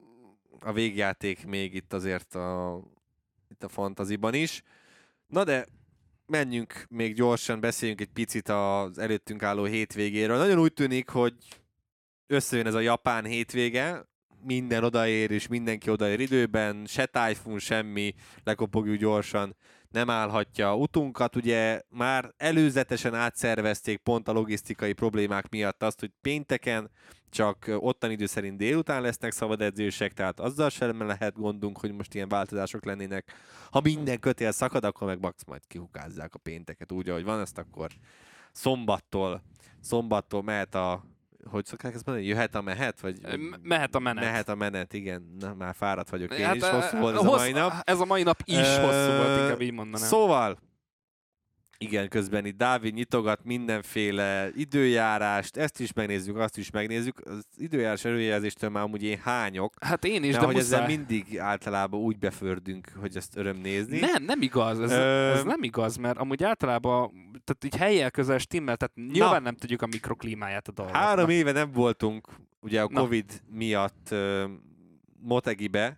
B: a végjáték még itt azért a, itt a fantaziban is. Na de menjünk még gyorsan, beszéljünk egy picit az előttünk álló hétvégéről. Nagyon úgy tűnik, hogy összejön ez a japán hétvége, minden odaér, és mindenki odaér időben, se tájfun, semmi, lekopogjuk gyorsan, nem állhatja utunkat. Ugye már előzetesen átszervezték pont a logisztikai problémák miatt azt, hogy pénteken csak ottan idő szerint délután lesznek szabad edzések, tehát azzal sem lehet gondunk, hogy most ilyen változások lennének. Ha minden kötél szakad, akkor meg max majd kihukázzák a pénteket úgy, ahogy van, ezt akkor szombattól, szombattól mehet a, hogy szokták ezt mondani, jöhet a mehet? Vagy
C: mehet a menet.
B: Mehet a menet, igen. Na, már fáradt vagyok én
C: hát,
B: is, hosszú volt ez
C: hossz,
B: a mai nap.
C: Ez a mai nap is uh, hosszú volt, inkább így mondanám.
B: Szóval, igen, közben itt Dávid nyitogat mindenféle időjárást, ezt is megnézzük, azt is megnézzük. Az időjárás előjelzéstől már amúgy én hányok.
C: Hát én is,
B: de,
C: de
B: hogy
C: muszáj.
B: ezzel mindig általában úgy befördünk, hogy ezt öröm nézni.
C: Nem, nem igaz, ez,
B: Ö...
C: ez nem igaz, mert amúgy általában, tehát így helyjel közel stimmel, tehát nyilván nem tudjuk a mikroklímáját a dolgoknak.
B: Három éve nem voltunk, ugye a
C: Na.
B: Covid miatt uh, Motegibe,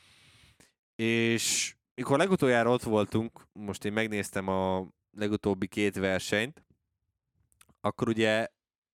B: és mikor legutoljára ott voltunk, most én megnéztem a legutóbbi két versenyt, akkor ugye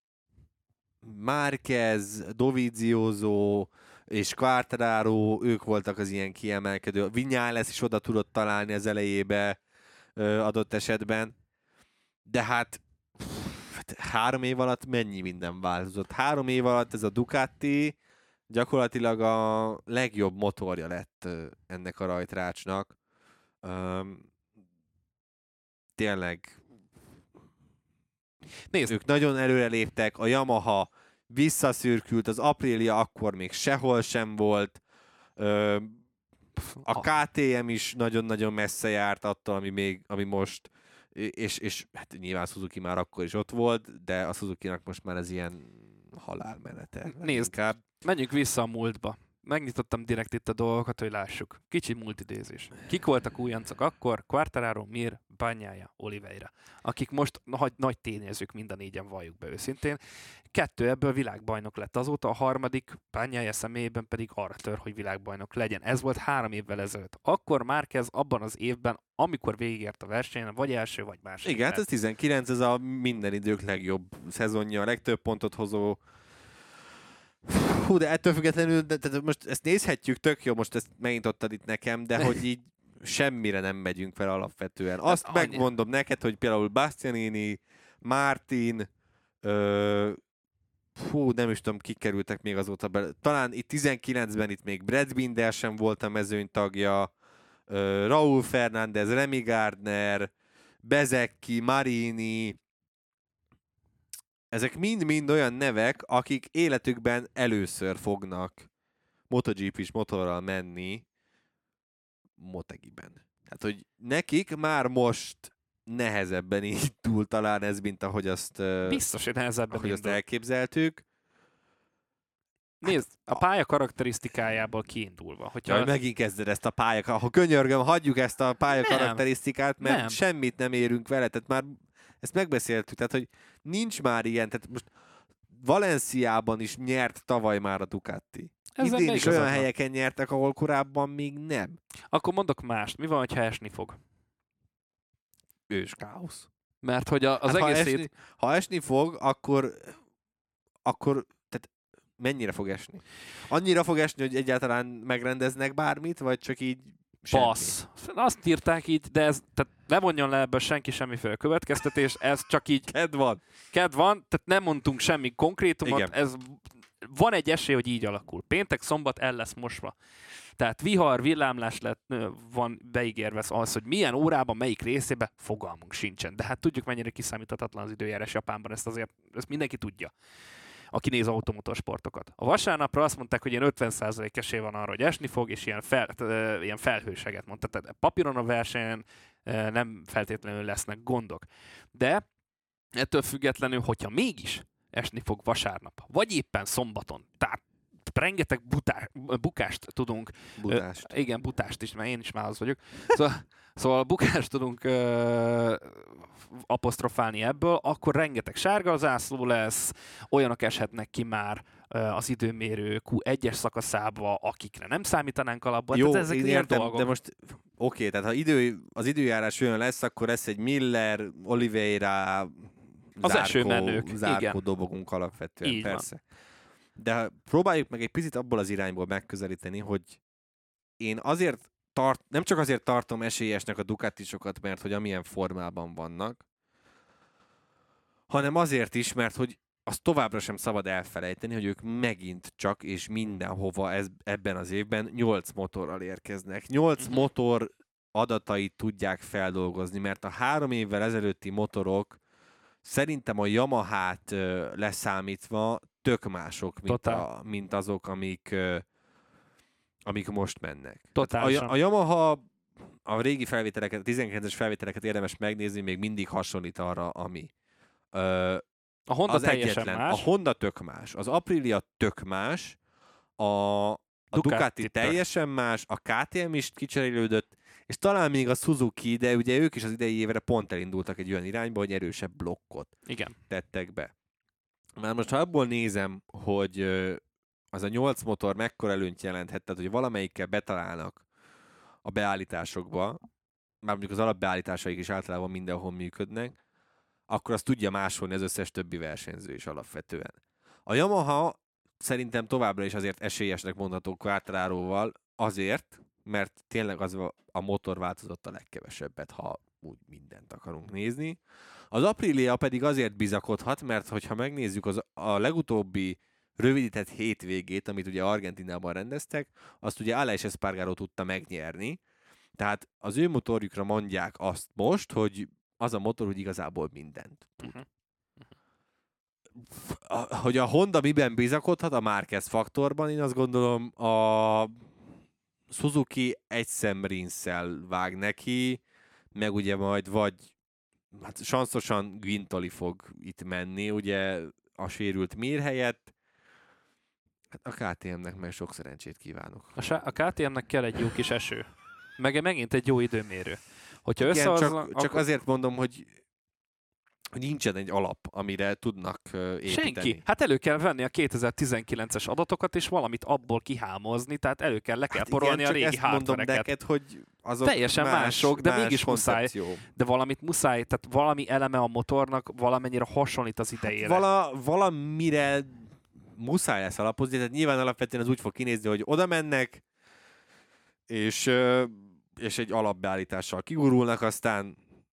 B: Márquez, Dovizioso és Quartararo, ők voltak az ilyen kiemelkedő. Viñales is oda tudott találni az elejébe ö, adott esetben. De hát három év alatt mennyi minden változott. Három év alatt ez a Ducati gyakorlatilag a legjobb motorja lett ennek a rajtrácsnak. Um, tényleg
C: Nézd,
B: ők nagyon előre léptek, a Yamaha visszaszürkült, az Aprilia akkor még sehol sem volt, a ká té em is nagyon-nagyon messze járt attól, ami, még, ami most, és, és hát nyilván Suzuki már akkor is ott volt, de a Suzukinak most már ez ilyen halálmenete.
C: Nézd, inkább. Menjünk vissza a múltba. Megnyitottam direkt itt a dolgokat, hogy lássuk. Kicsi multidézés. Kik voltak újoncok akkor? Quartararo, Mir, Bagnaia, Oliveira. Akik most nagy, nagy tényezők, mind a négyen, valljuk be őszintén. Kettő ebből világbajnok lett azóta, a harmadik Bagnaia személyében pedig arra tör, hogy világbajnok legyen. Ez volt három évvel ezelőtt. Akkor Márquez abban az évben, amikor végigért a versenyen, vagy első, vagy második.
B: Igen, hát ez tizenkilenc, ez a minden idők legjobb szezonja, a legtöbb pontot hozó. Hú, de ettől függetlenül, de, de most ezt nézhetjük, tök jó, most ezt megint ottad itt nekem, de hogy így semmire nem megyünk fel alapvetően. Azt hát megmondom annyi... neked, hogy például Bastianini, Martin, ö, hú, nem is tudom, kik kerültek még azóta be. Talán itt tizenkilencben itt még Brad Binder sem volt a mezőny tagja, ö, Raúl Fernández, Remy Gardner, Bezecchi, Marini, ezek mind-mind olyan nevek, akik életükben először fognak MotoGP-s motorral menni Motegiben. Tehát, hogy nekik már most nehezebben indul talán ez, mint ahogy azt,
C: biztos, hogy nehezebben
B: ahogy azt elképzeltük.
C: Nézd, a pálya karakterisztikájából kiindulva. Hogyha
B: Jaj, megint kezded ezt a pálya, ha könyörgöm, hagyjuk ezt a pálya nem, karakterisztikát, mert nem. semmit nem érünk vele, tehát már ezt megbeszéltük, tehát hogy nincs már ilyen, tehát most Valenciában is nyert tavaly már a Ducati.
C: Ezzel
B: idén is olyan helyeken nyertek, ahol korábban még nem.
C: Akkor mondok mást, mi van, ha esni fog?
B: Ős káosz.
C: Mert hogy az
B: hát
C: egész...
B: Ha esni, ha esni fog, akkor, akkor tehát mennyire fog esni? Annyira fog esni, hogy egyáltalán megrendeznek bármit, vagy csak így semmi?
C: Passz. Azt írták így, de ez, tehát ne vonjon le ebből senki semmiféle következtetés, ez csak így...
B: Ked van.
C: Ked van, tehát nem mondtunk semmi konkrétumot, igen. Ez van egy esély, hogy így alakul. Péntek, szombat el lesz mosva. Tehát vihar, villámlás lett, van beígérve az, hogy milyen órában, melyik részében, fogalmunk sincsen. De hát tudjuk, mennyire kiszámíthatatlan az időjárás Japánban, ezt azért ezt mindenki tudja, aki néz automotorsportokat. A vasárnapra azt mondták, hogy ilyen ötven százalék esély van arra, hogy esni fog, és ilyen, fel, ilyen felhőseget mondta. Tehát papíron a versenyen nem feltétlenül lesznek gondok. De ettől függetlenül, hogyha mégis esni fog vasárnap, vagy éppen szombaton, tehát rengeteg butás, bukást tudunk...
B: Butást.
C: Ö, igen, butást is, mert én is már az vagyok. Szóval, szóval bukást tudunk ö, apostrofálni ebből, akkor rengeteg sárga zászló lesz, olyanok eshetnek ki már ö, az időmérő kú egyes szakaszába, akikre nem számítanánk alapban.
B: Jó,
C: tehát ezek
B: én
C: ilyen
B: értem,
C: dolgok.
B: de most oké, tehát ha idő, az időjárás olyan lesz, akkor lesz egy Miller, Oliveira,
C: az
B: zárkó,
C: esőmenők,
B: zárkó
C: igen.
B: dobogunk alapvetően,
C: így
B: persze.
C: Van.
B: De próbáljuk meg egy picit abból az irányból megközelíteni, hogy én azért tart, nem csak azért tartom esélyesnek a Ducatisokat, mert hogy amilyen formában vannak, hanem azért is, mert hogy azt továbbra sem szabad elfelejteni, hogy ők megint csak és mindenhova ez, ebben az évben nyolc motorral érkeznek. nyolc uh-huh. motor adatait tudják feldolgozni, mert a három évvel ezelőtti motorok szerintem a Yamahát uh, leszámítva tök mások, mint, a, mint azok, amik, uh, amik most mennek. A, a Yamaha a régi felvételeket, a tizenkilences felvételeket érdemes megnézni, még mindig hasonlít arra, ami. Uh,
C: a Honda
B: az
C: teljesen
B: egyetlen.
C: más.
B: A Honda tök más. Az Aprilia tök más. A, a Ducati, Ducati teljesen más. A ká té em is kicserélődött. És talán még a Suzuki, de ugye ők is az idei évre pont elindultak egy olyan irányba, hogy erősebb blokkot
C: Igen.
B: tettek be. Már most ha abból nézem, hogy az a nyolc motor mekkora előnyt jelenthet, tehát hogy valamelyikkel betalálnak a beállításokba, már mondjuk az alapbeállításaik is általában mindenhol működnek, akkor azt tudja másolni az összes többi versenyző is alapvetően. A Yamaha szerintem továbbra is azért esélyesnek mondható Quartararoval, azért, mert tényleg az a motor változott a legkevesebbet, ha úgy mindent akarunk nézni. Az Aprilia pedig azért bizakodhat, mert hogyha megnézzük az, a legutóbbi rövidített hétvégét, amit ugye Argentinában rendeztek, azt ugye Aleix Espargaró tudta megnyerni. Tehát az ő motorjukra mondják azt most, hogy az a motor, hogy igazából mindent tud. Uh-huh. A, hogy a Honda miben bizakodhat? A Márquez faktorban, én azt gondolom, a Suzuki egy szemrinsszel vág neki, meg ugye majd vagy hát sanszosan Guintoli fog itt menni, ugye a sérült Mir helyett. Hát a ká té em-nek meg sok szerencsét kívánok.
C: A, a ká té em-nek kell egy jó kis eső. Meg megint egy jó időmérő. Hogyha
B: igen,
C: összehozza,
B: csak,
C: akkor...
B: csak azért mondom, hogy hogy nincsen egy alap, amire tudnak építeni.
C: Senki. Hát elő kell venni a kétezer-tizenkilences adatokat, és valamit abból kihámozni, tehát elő kell, le kell hát porolni igen, a régi hardvereket.
B: Neked, hogy azok
C: teljesen
B: más,
C: mások, de
B: más
C: mégis muszáj. De valamit muszáj, tehát valami eleme a motornak valamennyire hasonlít az idejére.
B: Hát vala, valamire muszáj lesz alapozni, tehát nyilván alapvetően az úgy fog kinézni, hogy oda mennek, és, és egy alapbeállítással kigurulnak, aztán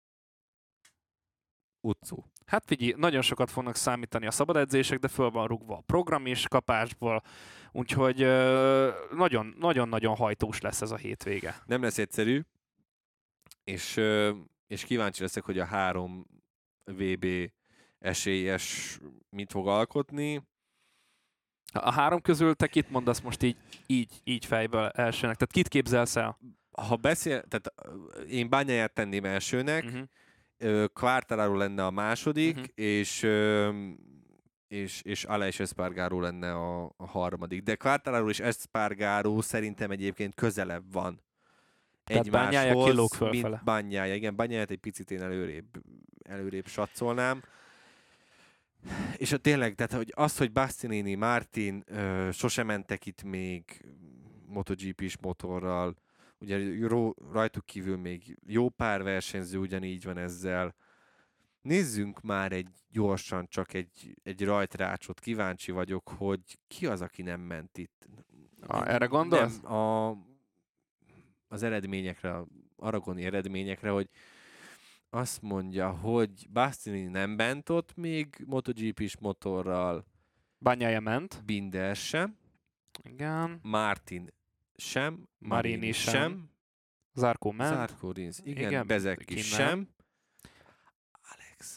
B: utcú.
C: Hát figyelj, nagyon sokat fognak számítani a szabad edzések, de föl van rúgva a program is kapásból, úgyhogy nagyon-nagyon hajtós lesz ez a hétvége.
B: Nem lesz egyszerű, és, és kíváncsi leszek, hogy a három vé bé esélyes mit fog alkotni.
C: A három közül te kit mondasz most így, így, így fejből elsőnek? Tehát kit képzelsz el?
B: Ha beszél, tehát én Bagnaia-t tenném elsőnek, uh-huh. Quartararo lenne a második, uh-huh. és, és, és Aleix Espargaró lenne a, a harmadik. De Quartararo és Espargaró szerintem egyébként közelebb van egymáshoz, mint Bagnaia. Igen, Bagnaia-t egy picit én előrébb, előrébb satszolnám. És a tényleg, tehát hogy az, hogy Bastianini, Martin ö, sosem mentek itt még MotoGP-s motorral, ugye rajtuk kívül még jó pár versenyző ugyanígy van ezzel. Nézzünk már egy gyorsan csak egy, egy rajtrácsot, kíváncsi vagyok, hogy ki az, aki nem ment itt.
C: A, erre gondolsz?
B: Nem, a, az eredményekre, az aragoni eredményekre, hogy azt mondja, hogy Bastianini nem ment ott még MotoGP-s motorral.
C: Bagnaia ment.
B: Binder sem.
C: Igen.
B: Martin sem.
C: Marini, Marini sem. sem. Zarco ment.
B: Zarco Rins. Igen, igen Bezeki
C: sem.
B: sem. Alex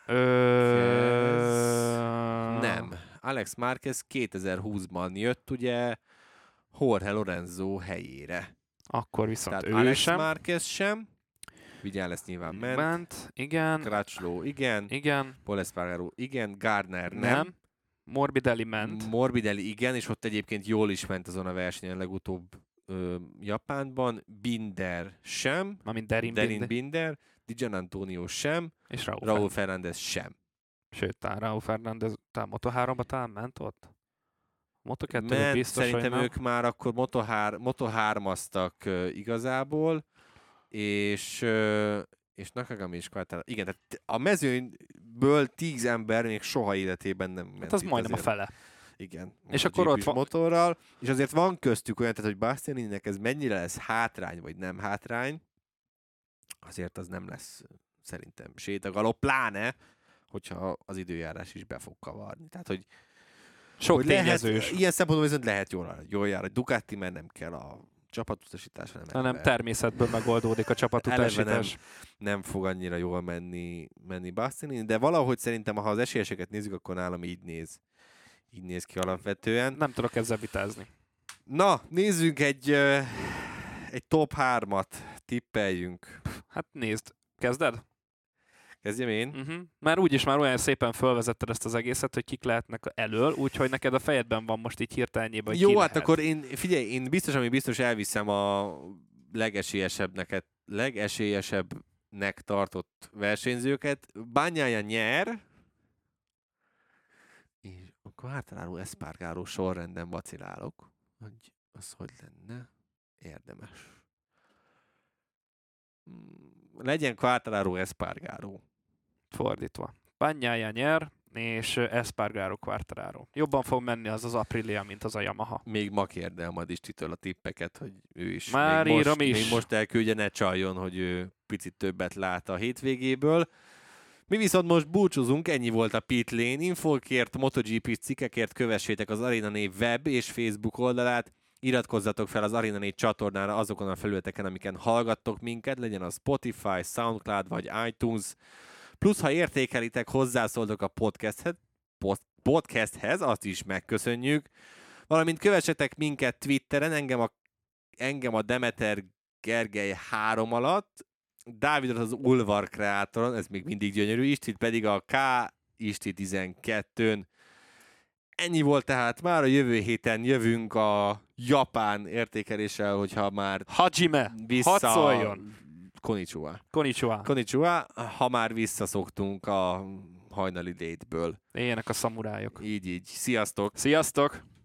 C: Ö...
B: Nem. Alex Márquez kétezer-húszban jött ugye Jorge Lorenzo helyére.
C: Akkor viszont
B: tehát
C: ő
B: Alex
C: sem.
B: Márquez sem. Vigyál lesz nyilván ment.
C: Ment, igen.
B: Crutchlow, igen.
C: Igen.
B: Paul Espargaró, igen. Gardner, nem.
C: nem. Morbidelli ment.
B: Morbidelli, igen, és ott egyébként jól is ment azon a versenyen legutóbb ö, Japánban. Binder sem.
C: Amint Derin,
B: Derin
C: Binder.
B: Binder. Di Giannantonio sem.
C: És Raúl,
B: Raúl Fernández sem.
C: Sőt, talán Raúl Fernández talán Moto háromba talán ment ott. Moto kettőben biztos,
B: szerintem
C: hogy
B: ők már akkor Moto hármaztak uh, igazából, és, uh, és Nakagami is Quartararo. Igen, tehát a mezőnyből tíz ember még soha életében nem ment.
C: Hát az majdnem
B: azért.
C: a fele.
B: Igen.
C: És akkor ott van...
B: motorral, és azért van köztük olyan, tehát, hogy Bastianininek ez mennyire lesz hátrány, vagy nem hátrány, azért az nem lesz szerintem sétagalop, pláne, hogyha az időjárás is be fog kavarni. Tehát, hogy
C: sok
B: hogy
C: tényezős.
B: Lehet, ilyen szempontból viszont lehet jól, jól jár. A Ducati, mert nem kell a csapatutasítás, hanem,
C: hanem természetből megoldódik a csapatutasítás.
B: Nem, nem fog annyira jól menni, menni Bastianini, de valahogy szerintem, ha az esélyeseket nézzük, akkor nálam így néz. Így néz ki alapvetően.
C: Nem tudok ezzel vitázni.
B: Na, nézzünk egy, egy top hármat, tippeljünk.
C: Hát nézd, kezded?
B: Kezdjem én?
C: Uh-huh. Már úgyis már olyan szépen felvezetted ezt az egészet, hogy kik lehetnek elől, úgyhogy neked a fejedben van most így hirtelenjében, hogy
B: Jó,
C: ki
B: hát
C: lehet.
B: akkor én, figyelj, én biztos, ami biztos elviszem a legesélyesebbnek, legesélyesebbnek tartott versenyzőket. Bagnaia nyer, és a Quartararo Espargaró sorrenden vacilálok, hogy az hogy lenne érdemes. Legyen Quartararo Espargaró.
C: Fordítva. Bagnaia nyer, és Espargaró Quartararo. Jobban fog menni az az Aprilia, mint az a Yamaha.
B: Még ma kérdem a Distitől a tippeket, hogy ő is.
C: Már
B: még
C: írom
B: most,
C: is.
B: Még most elküldje, ne csaljon, hogy ő picit többet lát a hétvégéből. Mi viszont most búcsúzunk, ennyi volt a Pit Lane. Infókért, MotoGP cikkekért kövessétek az Arena négy web és Facebook oldalát. Iratkozzatok fel az Arena négy csatornára azokon a felületeken, amiken hallgattok minket, legyen az Spotify, SoundCloud vagy iTunes. Plusz, ha értékelitek, hozzászóltok a podcasthez, podcasthez, azt is megköszönjük. Valamint kövessetek minket Twitteren, engem a, engem a Demeter Gergely három alatt, Dávidot az Ulvar kreátoron, ez még mindig gyönyörű, Istit pedig a K Isti tizenkettőn. Ennyi volt tehát, már a jövő héten jövünk a japán értékeléssel, hogyha már
C: Hajime,
B: vissza...
C: hadd szóljon!
B: Konnichiwa.
C: Konnichiwa.
B: Konnichiwa, ha már visszaszoktunk a hajnali létből.
C: Éljenek a szamurájok.
B: Így, így. Sziasztok!
C: Sziasztok!